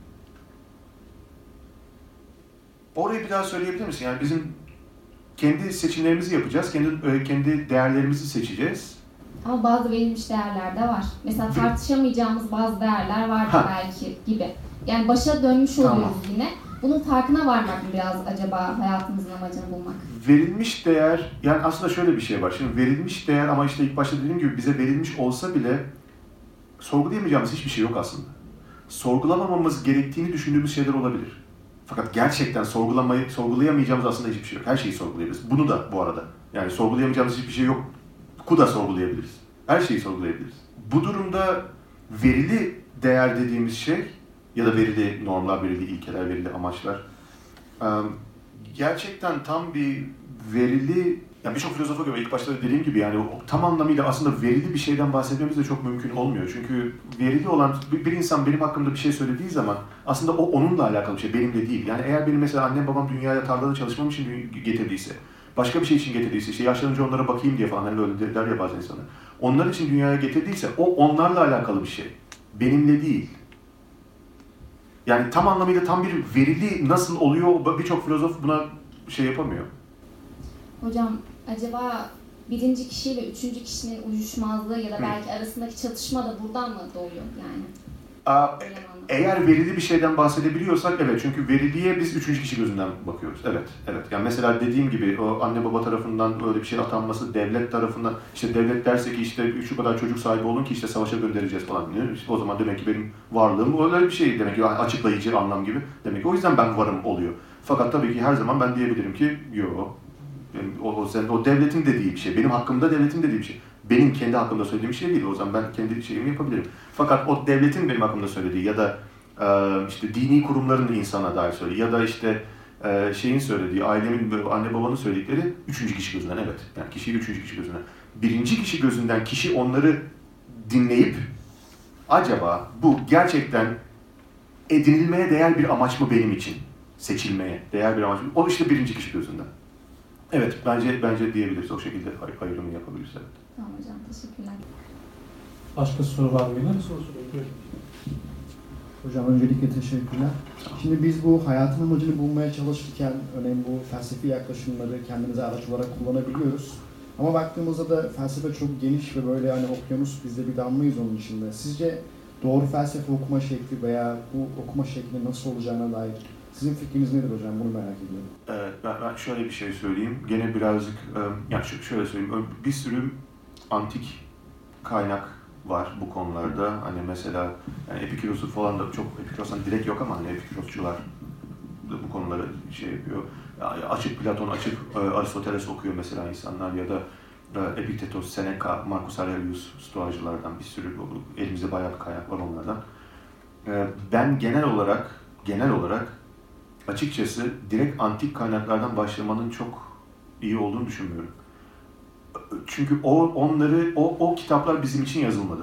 Orayı bir daha söyleyebilir misin? Yani bizim kendi seçimlerimizi yapacağız, kendi değerlerimizi seçeceğiz. Ama bazı verilmiş değerler de var. Mesela tartışamayacağımız bazı değerler vardı belki gibi. Yani başa dönmüş oluyoruz yine. Bunun farkına varmak mı biraz acaba hayatımızın amacını bulmak? Verilmiş değer, yani aslında şöyle bir şey var. Şimdi verilmiş değer ama işte ilk başta dediğim gibi bize verilmiş olsa bile sorgulayamayacağımız hiçbir şey yok aslında. Sorgulamamamız gerektiğini düşündüğümüz şeyler olabilir. Fakat gerçekten sorgulayamayacağımız aslında hiçbir şey yok. Her şeyi sorgulayabiliriz. Bunu da bu arada. Yani sorgulayamayacağımız hiçbir şey yok. Da sorgulayabiliriz. Her şeyi sorgulayabiliriz. Bu durumda verili değer dediğimiz şey ya da verili normlar, verili ilkeler, verili amaçlar gerçekten tam bir verili, yani birçok filozofa göre ilk başta dediğim gibi yani tam anlamıyla aslında verili bir şeyden bahsetmemiz de çok mümkün olmuyor. Çünkü verili olan bir insan benim hakkımda bir şey söylediği zaman aslında o onunla alakalı bir şey, benimle değil. Yani eğer benim mesela annem babam dünyaya tarlada çalışmam için getirdiyse, başka bir şey için getirdiyse, işte yaşlanınca onlara bakayım diye falan hani böyle der ya bazen insanlar. Onlar için dünyaya getirdiyse o onlarla alakalı bir şey. Benimle değil. Yani tam anlamıyla tam bir verili nasıl oluyor birçok filozof buna şey yapamıyor. Hocam acaba birinci kişiyle üçüncü kişinin uyuşmazlığı ya da belki arasındaki çatışma da buradan mı doğuyor yani? Eğer verili bir şeyden bahsedebiliyorsak evet, çünkü veriliye biz üçüncü kişi gözünden bakıyoruz. Evet. Yani mesela dediğim gibi o anne baba tarafından öyle bir şey atanması, devlet tarafından, işte devlet derse ki işte şu kadar çocuk sahibi olun ki işte savaşa göndereceğiz falan. İşte o zaman demek ki benim varlığım öyle bir şey, demek ki açıklayıcı anlam gibi. Demek ki o yüzden ben varım oluyor. Fakat tabii ki her zaman ben diyebilirim ki yok. O devletin dediği bir şey, benim hakkımda devletin dediği bir şey. Benim kendi hakkımda söylediğim bir şey değil, o zaman ben kendi şeyimi yapabilirim. Fakat o devletin benim hakkımda söylediği ya da işte dini kurumların insana dair söylediği ya da işte şeyin söylediği, ailemin, anne babanın söyledikleri üçüncü kişi gözünden, evet. Yani kişiyi üçüncü kişi gözünden. Birinci kişi gözünden kişi onları dinleyip acaba bu gerçekten edinilmeye değer bir amaç mı benim için? Seçilmeye değer bir amaç mı? O işte birinci kişi gözünden. Evet, bence diyebiliriz. O şekilde ayrımı yapabiliriz. Evet. Tamam hocam, teşekkürler. Başka soru var mıydı? Soru buyurun. Hocam öncelikle teşekkürler. Şimdi biz bu hayatın amacını bulmaya çalışırken örneğin bu felsefi yaklaşımları kendimize araç olarak kullanabiliyoruz. Ama baktığımızda da felsefe çok geniş ve böyle hani okyanus, biz de bir damlayız onun içinde. Sizce doğru felsefe okuma şekli veya bu okuma şekli nasıl olacağına dair sizin fikriniz nedir hocam? Bunu merak ediyorum. Evet, ben şöyle bir şey söyleyeyim. Gene birazcık, yani şöyle söyleyeyim. Bir sürü antik kaynak var bu konularda. Hani mesela yani Epiküros'u falan da çok, Epiküros'tan direkt yok ama hani Epikürosçular bu konuları şey yapıyor. Yani açık Platon, açık Aristoteles okuyor mesela insanlar ya da Epiktetos, Seneca, Marcus Aurelius, Stoacılardan bir sürü, elimizde bayağı bir kaynak var onlardan. Ben genel olarak açıkçası direkt antik kaynaklardan başlamanın çok iyi olduğunu düşünmüyorum. Çünkü o kitaplar bizim için yazılmadı.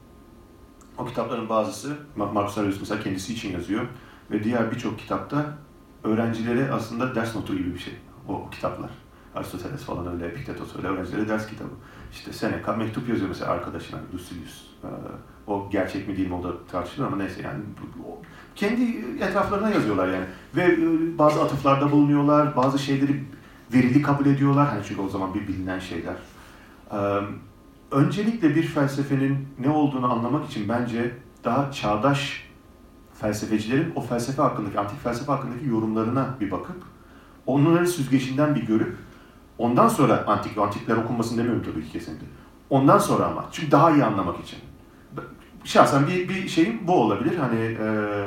O kitapların bazısı, Marcus Aurelius mesela kendisi için yazıyor ve diğer birçok kitapta öğrencilere aslında ders notu gibi bir şey o kitaplar. Aristoteles falan öyle, Epiktetos öyle, öğrencilere ders kitabı. İşte Seneca mektup yazıyor mesela arkadaşına, Lucilius. O gerçek mi değil mi o da tartışılır ama neyse yani kendi etraflarına yazıyorlar yani. Ve bazı atıflarda bulunuyorlar, bazı şeyleri verili kabul ediyorlar. Hani çünkü o zaman bir bilinen şeyler. Öncelikle bir felsefenin ne olduğunu anlamak için bence daha çağdaş felsefecilerin o felsefe hakkındaki, antik felsefe hakkındaki yorumlarına bir bakıp onların süzgecinden bir görüp ondan sonra antikler okunmasını demiyorum tabii ki kesinlikle. Ondan sonra ama çünkü daha iyi anlamak için. Şahsen bir şeyim bu olabilir. Hani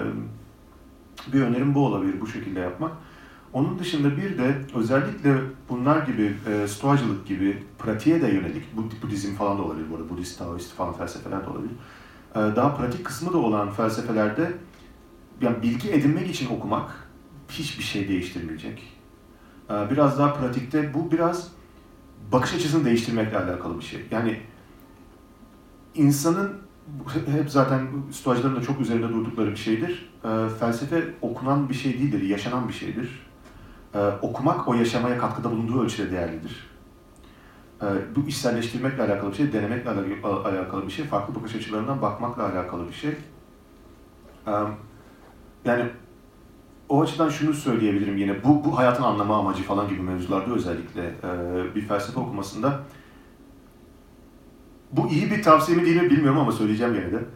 bir önerim bu olabilir, bu şekilde yapmak. Onun dışında bir de özellikle bunlar gibi, Stoacılık gibi pratiğe de yönelik, Budizm falan da olabilir bu arada, Budist, Taoist falan felsefeler de olabilir. Daha pratik kısmı da olan felsefelerde yani bilgi edinmek için okumak hiçbir şey değiştirmeyecek. Biraz daha pratikte bu biraz bakış açısını değiştirmekle alakalı bir şey. Yani insanın hep zaten Stoacıların da çok üzerinde durdukları bir şeydir. Felsefe okunan bir şey değildir, yaşanan bir şeydir. Okumak o yaşamaya katkıda bulunduğu ölçüde değerlidir. Bu içselleştirmekle alakalı bir şey, denemekle alakalı bir şey, farklı bakış açılarından bakmakla alakalı bir şey. Yani o açıdan şunu söyleyebilirim yine, bu hayatın anlamı amacı falan gibi mevzularda özellikle bir felsefe okumasında bu iyi bir tavsiye mi değil mi bilmiyorum ama söyleyeceğim gene de.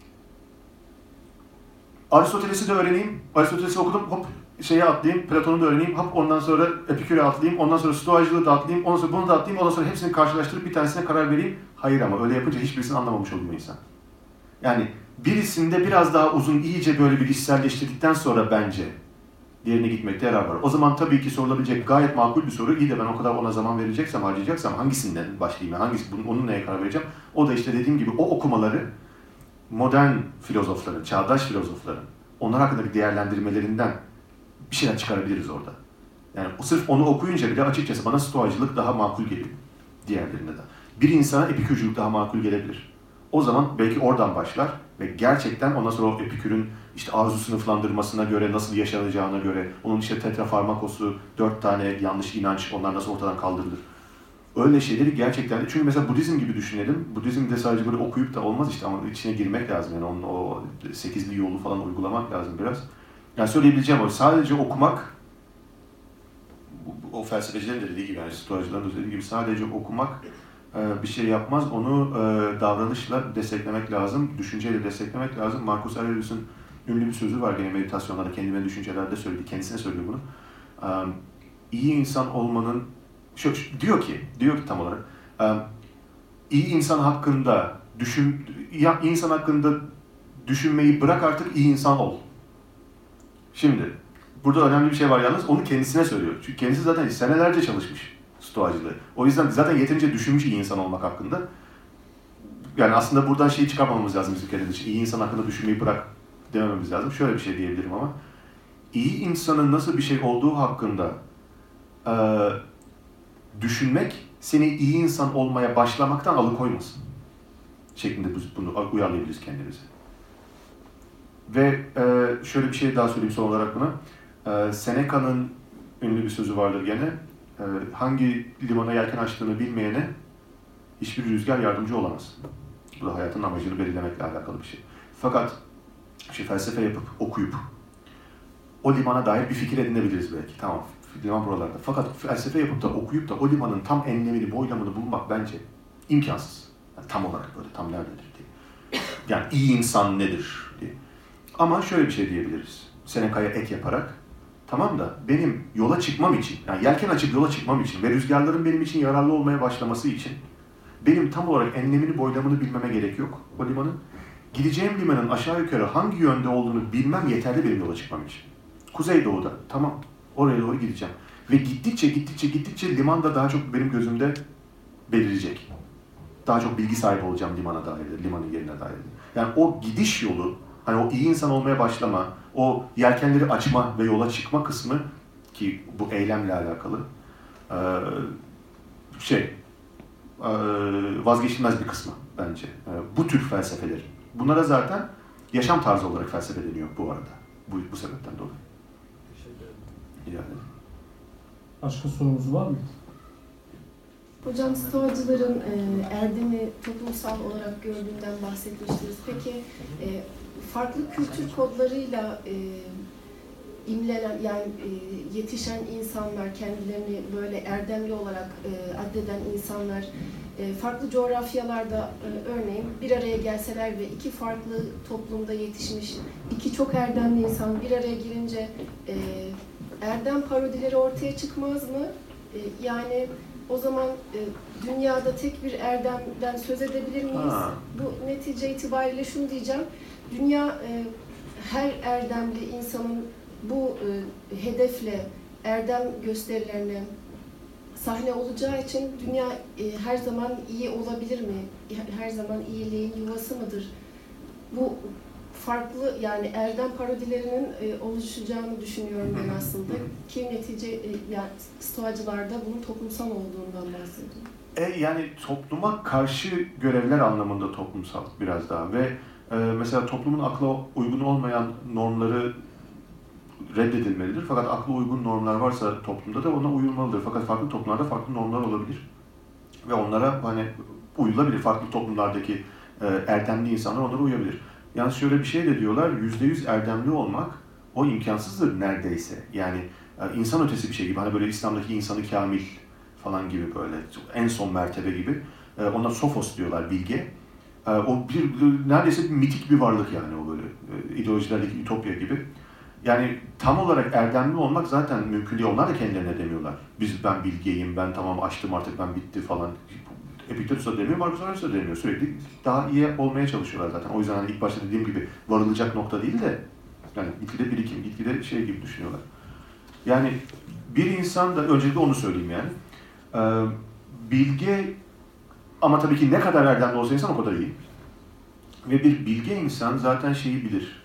Aristoteles'i de öğreneyim, Aristoteles'i okudum, hop şeye atlayayım, Platon'u da öğreneyim, hop ondan sonra Epikür'e atlayayım, ondan sonra Stoacılığı da atlayayım, ondan sonra bunu da atlayayım, ondan sonra hepsini karşılaştırıp bir tanesine karar vereyim. Hayır ama öyle yapınca hiçbirisini anlamamış oluyor insan. Yani birisinde biraz daha uzun, iyice böyle bir içselleştirdikten sonra bence diğerine gitmekte yarar var. O zaman tabii ki sorulabilecek gayet makul bir soru. İyi de ben o kadar ona zaman vereceksem, harcayacaksam hangisinden başlayayım? Onun neye karar vereceğim? O da işte dediğim gibi o okumaları modern filozofların, çağdaş filozofların, onlar hakkındaki değerlendirmelerinden bir şeyler çıkarabiliriz orada. Yani sırf onu okuyunca bile açıkçası bana Stoacılık daha makul geliyor diğerlerinde de. Bir insana Epikürcülük daha makul gelebilir. O zaman belki oradan başlar ve gerçekten ondan sonra o Epikür'ün işte arzu sınıflandırmasına göre, nasıl yaşanacağına göre, onun işte tetrafarmakosu, 4 tane yanlış inanç, onlar nasıl ortadan kaldırılır. Öyle şeyleri gerçekten, çünkü mesela Budizm gibi düşünelim. Budizm'de sadece böyle okuyup da olmaz işte ama içine girmek lazım. Yani onun o 8'li yolu falan uygulamak lazım biraz. Yani söyleyebileceğim o, sadece okumak, o felsefecilerin de dediği gibi, yani Stoacıların da dediği gibi sadece okumak bir şey yapmaz. Onu davranışla desteklemek lazım, düşünceyle desteklemek lazım. Marcus Aurelius'un ünlü bir sözü var gene meditasyonlarda, kendime düşüncelerde söyledi, kendisine söylüyor bunu. İyi insan olmanın, diyor ki tam olarak, iyi insan hakkında düşünmeyi bırak artık iyi insan ol. Şimdi, burada önemli bir şey var yalnız, onu kendisine söylüyor. Çünkü kendisi zaten senelerce çalışmış stoacılığı. O yüzden zaten yeterince düşünmüş iyi insan olmak hakkında. Yani aslında buradan şeyi çıkarmamamız lazım bizim kendimiz için. İyi insan hakkında düşünmeyi bırak demememiz lazım. Şöyle bir şey diyebilirim ama. İyi insanın nasıl bir şey olduğu hakkında düşünmek seni iyi insan olmaya başlamaktan alıkoymasın. Şeklinde bunu uyarlayabiliriz kendimize. Ve şöyle bir şey daha söyleyeyim son olarak buna. Seneca'nın ünlü bir sözü vardır gene. Hangi limana yelken açtığını bilmeyene hiçbir rüzgar yardımcı olamaz. Bu da hayatın amacını belirlemekle alakalı bir şey. Fakat felsefe yapıp, okuyup o limana dair bir fikir edinebiliriz belki. Tamam, liman buralarda. Fakat felsefe yapıp da okuyup da o limanın tam enlemini, boylamını bulmak bence imkansız. Yani tam olarak böyle, tam nerededir diye. Yani iyi insan nedir diye. Ama şöyle bir şey diyebiliriz. Seneca'ya ek yaparak, tamam da benim yola çıkmam için, yani yelken açıp yola çıkmam için ve rüzgarların benim için yararlı olmaya başlaması için benim tam olarak enlemini, boylamını bilmeme gerek yok o limanın. Gideceğim limanın aşağı yukarı hangi yönde olduğunu bilmem yeterli benim yola çıkmam için. Kuzeydoğu'da, tamam, oraya doğru gideceğim. Ve gittikçe liman da daha çok benim gözümde belirecek. Daha çok bilgi sahibi olacağım limana dair, limanın yerine dair. Yani o gidiş yolu, hani o iyi insan olmaya başlama, o yelkenleri açma ve yola çıkma kısmı ki bu eylemle alakalı vazgeçilmez bir kısmı bence. Bu tür felsefeler. Bunlara zaten yaşam tarzı olarak felsefe deniyor bu arada. Bu sebepten dolayı. Teşekkür ederim. Yani. Başka sorumuz var mı? Hocam stoacıların erdemi toplumsal olarak gördüğünden bahsetmiştiniz. Peki farklı kültür kodlarıyla imlenen, yani yetişen insanlar, kendilerini böyle erdemli olarak addeden insanlar farklı coğrafyalarda örneğin bir araya gelseler ve iki farklı toplumda yetişmiş iki çok erdemli insan bir araya girince erdem parodileri ortaya çıkmaz mı? Yani o zaman dünyada tek bir erdemden söz edebilir miyiz? Bu netice itibariyle şunu diyeceğim. Dünya her erdemli insanın bu hedefle erdem gösterilerine sahne olacağı için dünya her zaman iyi olabilir mi? Her zaman iyiliğin yuvası mıdır? Bu farklı, yani erdem parodilerinin oluşacağını düşünüyorum ben aslında. Ki netice yani stoacılarda bunun toplumsal olduğundan bahsediyorum. Yani topluma karşı görevler anlamında toplumsal biraz daha ve mesela toplumun akla uygun olmayan normları reddedilmelidir. Fakat akla uygun normlar varsa toplumda da ona uyulmalıdır. Fakat farklı toplumlarda farklı normlar olabilir. Ve onlara hani uyulabilir. Farklı toplumlardaki erdemli insanlar onlara uyabilir. Yani şöyle bir şey de diyorlar, %100 erdemli olmak o imkansızdır neredeyse. Yani insan ötesi bir şey gibi. Hani böyle İslam'daki insanı kamil falan gibi böyle en son mertebe gibi. Ona sofos diyorlar, bilge. O neredeyse bir mitik bir varlık yani o böyle ideolojilerdeki ütopya gibi. Yani tam olarak erdemli olmak zaten mümkün değil. Onlar da kendilerine demiyorlar. Ben bilgeyim, ben tamam açtım artık, ben bitti falan. Epiktetus da demiyor, Marcus Aurelius da demiyor. Sürekli daha iyi olmaya çalışıyorlar zaten. O yüzden hani ilk başta dediğim gibi varılacak nokta değil de yani gitgide birikim, gitgide şey gibi düşünüyorlar. Yani bir insan da, öncelikle onu söyleyeyim yani. Bilge ama tabii ki ne kadar erdemli olsa insan o kadar iyi. Ve bir bilge insan zaten şeyi bilir.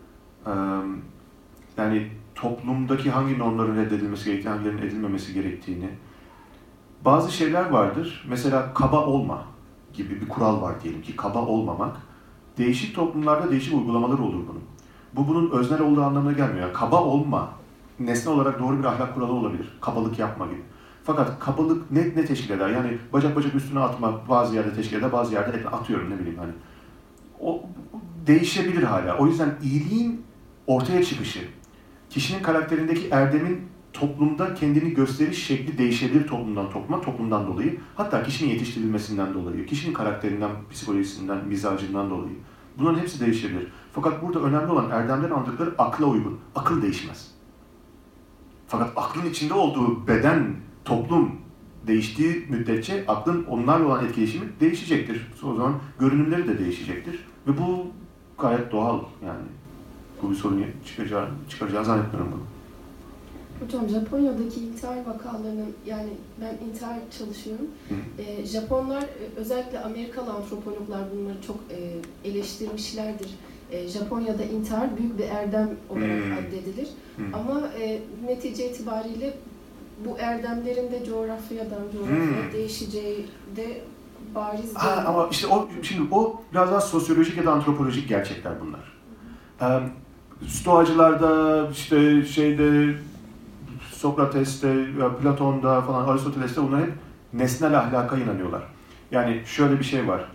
Yani toplumdaki hangi normların reddedilmesi gerektiğini, hangilerinin edilmemesi gerektiğini. Bazı şeyler vardır. Mesela kaba olma gibi bir kural var diyelim ki, kaba olmamak. Değişik toplumlarda değişik uygulamaları olur bunun. Bu bunun öznel olduğu anlamına gelmiyor. Yani kaba olma, nesne olarak doğru bir ahlak kuralı olabilir. Kabalık yapma gibi. Fakat kabalık ne teşkil eder? Yani bacak üstüne atma bazı yerde teşkil eder, bazı yerde atıyorum ne bileyim hani. O değişebilir hala. O yüzden iyiliğin ortaya çıkışı, kişinin karakterindeki erdemin toplumda kendini gösteriş şekli değişebilir toplumdan topluma, toplumdan dolayı. Hatta kişinin yetiştirilmesinden dolayı, kişinin karakterinden, psikolojisinden, mizacından dolayı. Bunların hepsi değişebilir. Fakat burada önemli olan erdemlerin anlattıkları akla uygun. Akıl değişmez. Fakat aklın içinde olduğu beden, toplum değiştiği müddetçe aklın onlarla olan etkileşimi değişecektir. O zaman görünümleri de değişecektir. Ve bu gayet doğal yani. Bu bir sorun çıkaracağını zannetmiyorum bunu. Hocam Japonya'daki intihar vakalarının, yani ben intihar çalışıyorum. Japonlar, özellikle Amerikalı antropologlar bunları çok eleştirmişlerdir. Japonya'da intihar büyük bir erdem olarak addedilir. Ama netice itibariyle bu erdemlerin de coğrafyadan coğrafyaya değişeceği de bariz değil. Ama işte şimdi o biraz daha sosyolojik ya da antropolojik gerçekler bunlar. Stoacılarda, işte Sokrates'te, Platon'da falan, Aristoteles'te bunlar hep nesnel ahlaka inanıyorlar. Yani şöyle bir şey var.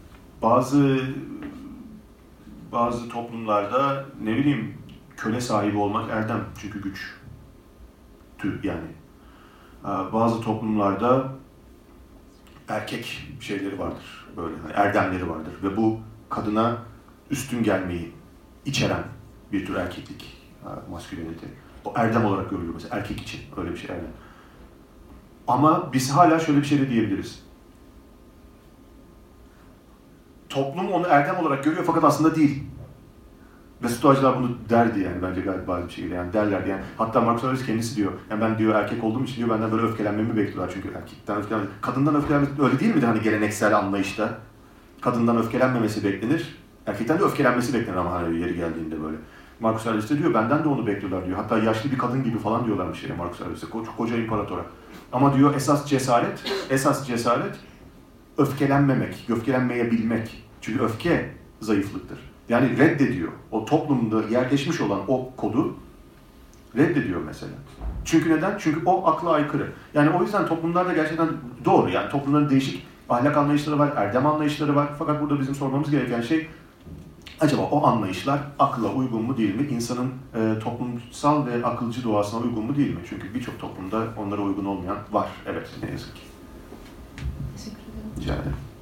Bazı toplumlarda ne bileyim köle sahibi olmak erdem çünkü güç. Yani. Bazı toplumlarda erkek şeyleri vardır. Böyle hani erdemleri vardır ve bu kadına üstün gelmeyi içeren bir tür erkeklik, maskülenite. O erdem olarak görülüyor mesela erkek için öyle bir şey erdem. Ama biz hala şöyle bir şey de diyebiliriz. Toplum onu erdem olarak görüyor fakat aslında değil. Ve Stoacılar bunu derdi yani bence gayet bariz bir şekilde yani derlerdi yani. Hatta Marcus Aurelius kendisi diyor. Yani ben diyor erkek olduğum için diyor benden böyle öfkelenmemi bekliyorlar çünkü erkekten öfkelenmesi. Kadından öfkelenmesi öyle değil miydi hani geleneksel anlayışta? Kadından öfkelenmemesi beklenir. Erkekten de öfkelenmesi beklenir ama hani yeri geldiğinde böyle. Marcus Aurelius de diyor benden de onu bekliyorlar diyor. Hatta yaşlı bir kadın gibi falan diyorlarmış yani Marcus Aurelius'e. Koca imparatora. Ama diyor esas cesaret öfkelenmemek, öfkelenmeyebilmek. Çünkü öfke zayıflıktır. Yani reddediyor. O toplumda yerleşmiş olan o kodu reddediyor mesela. Çünkü neden? Çünkü o akla aykırı. Yani o yüzden toplumlarda gerçekten doğru. Yani toplumların değişik ahlak anlayışları var, erdem anlayışları var. Fakat burada bizim sormamız gereken şey acaba o anlayışlar akla uygun mu değil mi? İnsanın toplumsal ve akılcı doğasına uygun mu değil mi? Çünkü birçok toplumda onlara uygun olmayan var. Evet, ne yazık ki. Teşekkür ederim. Rica ederim.